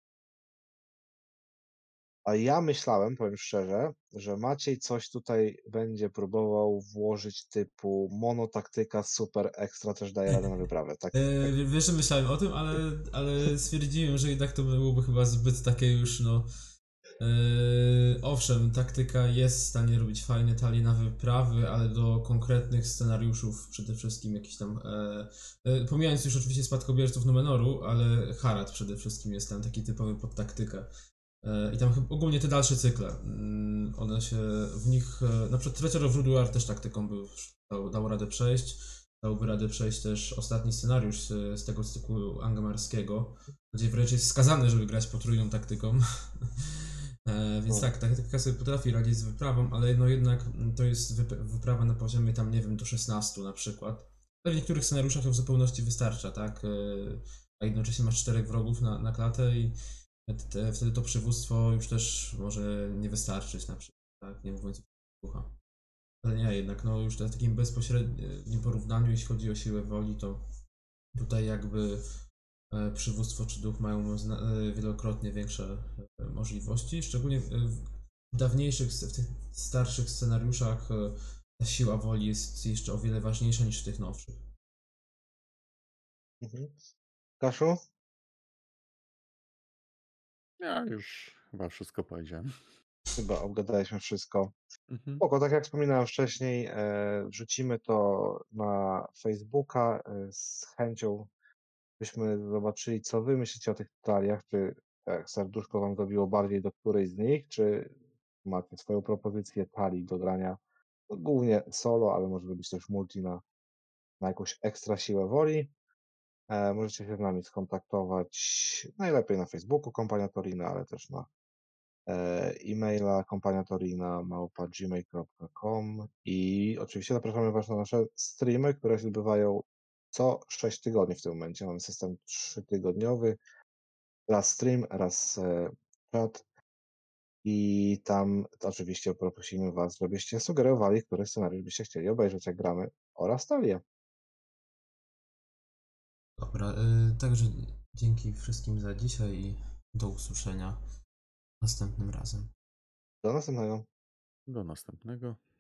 A ja myślałem, powiem szczerze, że Maciej coś tutaj będzie próbował włożyć typu monotaktyka super ekstra też daje radę na wyprawę. Tak, tak. E, wiesz, że myślałem o tym, ale, ale stwierdziłem, że jednak to byłoby chyba zbyt takie już, no. E, owszem, taktyka jest w stanie robić fajne talie na wyprawy, ale do konkretnych scenariuszów, przede wszystkim jakiś tam. E, e, pomijając już oczywiście spadkobierców Numenoru, ale Harad przede wszystkim jest tam taki typowy pod taktykę. E, I tam chyba ogólnie te dalsze cykle, mm, one się w nich, e, na przykład Treasure of Ruduar też taktyką był, dał, dał radę przejść, dałby radę przejść też ostatni scenariusz z, z tego cyklu angamarskiego, gdzie wręcz jest skazany, żeby grać potrójną taktyką. E, więc No. tak, taktyka sobie potrafi radzić z wyprawą, ale no jednak to jest wyp- wyprawa na poziomie tam, nie wiem, do szesnastu na przykład. Ale w niektórych scenariuszach to w zupełności wystarcza, tak? E, a jednocześnie masz czterech wrogów na, na klatę i te, wtedy to przywództwo już też może nie wystarczyć na przykład, tak? Nie mówiąc o ducha. Ale nie, jednak no już w takim bezpośrednim porównaniu, jeśli chodzi o siłę woli, to tutaj jakby e, przywództwo czy duch mają zna- e, wielokrotnie większe e, możliwości, szczególnie w, w dawniejszych, w tych starszych scenariuszach e, ta siła woli jest jeszcze o wiele ważniejsza niż w tych nowszych. Mhm. Kaszu? Ja już chyba wszystko powiedziałem. Chyba obgadaliśmy wszystko. Mhm. Spoko, tak jak wspominałem wcześniej, e, wrzucimy to na Facebooka e, z chęcią, byśmy zobaczyli, co wy myślicie o tych taliach, czy e, serduszko wam dobiło bardziej do której z nich, czy macie swoją propozycję talii do grania, no, głównie solo, ale może być też multi na, na jakąś ekstra siłę woli. E, możecie się z nami skontaktować najlepiej na Facebooku Kompania Torina, ale też na e, e-maila kompaniatorina małpa gmail kropka com i oczywiście zapraszamy Was na nasze streamy, które się odbywają co sześć tygodni w tym momencie. Mamy system trzytygodniowy, raz stream, raz e, czat i tam oczywiście poprosimy Was, żebyście sugerowali, który scenariusz byście chcieli obejrzeć, jak gramy, oraz talię. Dobra, y, także dzięki wszystkim za dzisiaj i do usłyszenia następnym razem. Do następnego. Do następnego.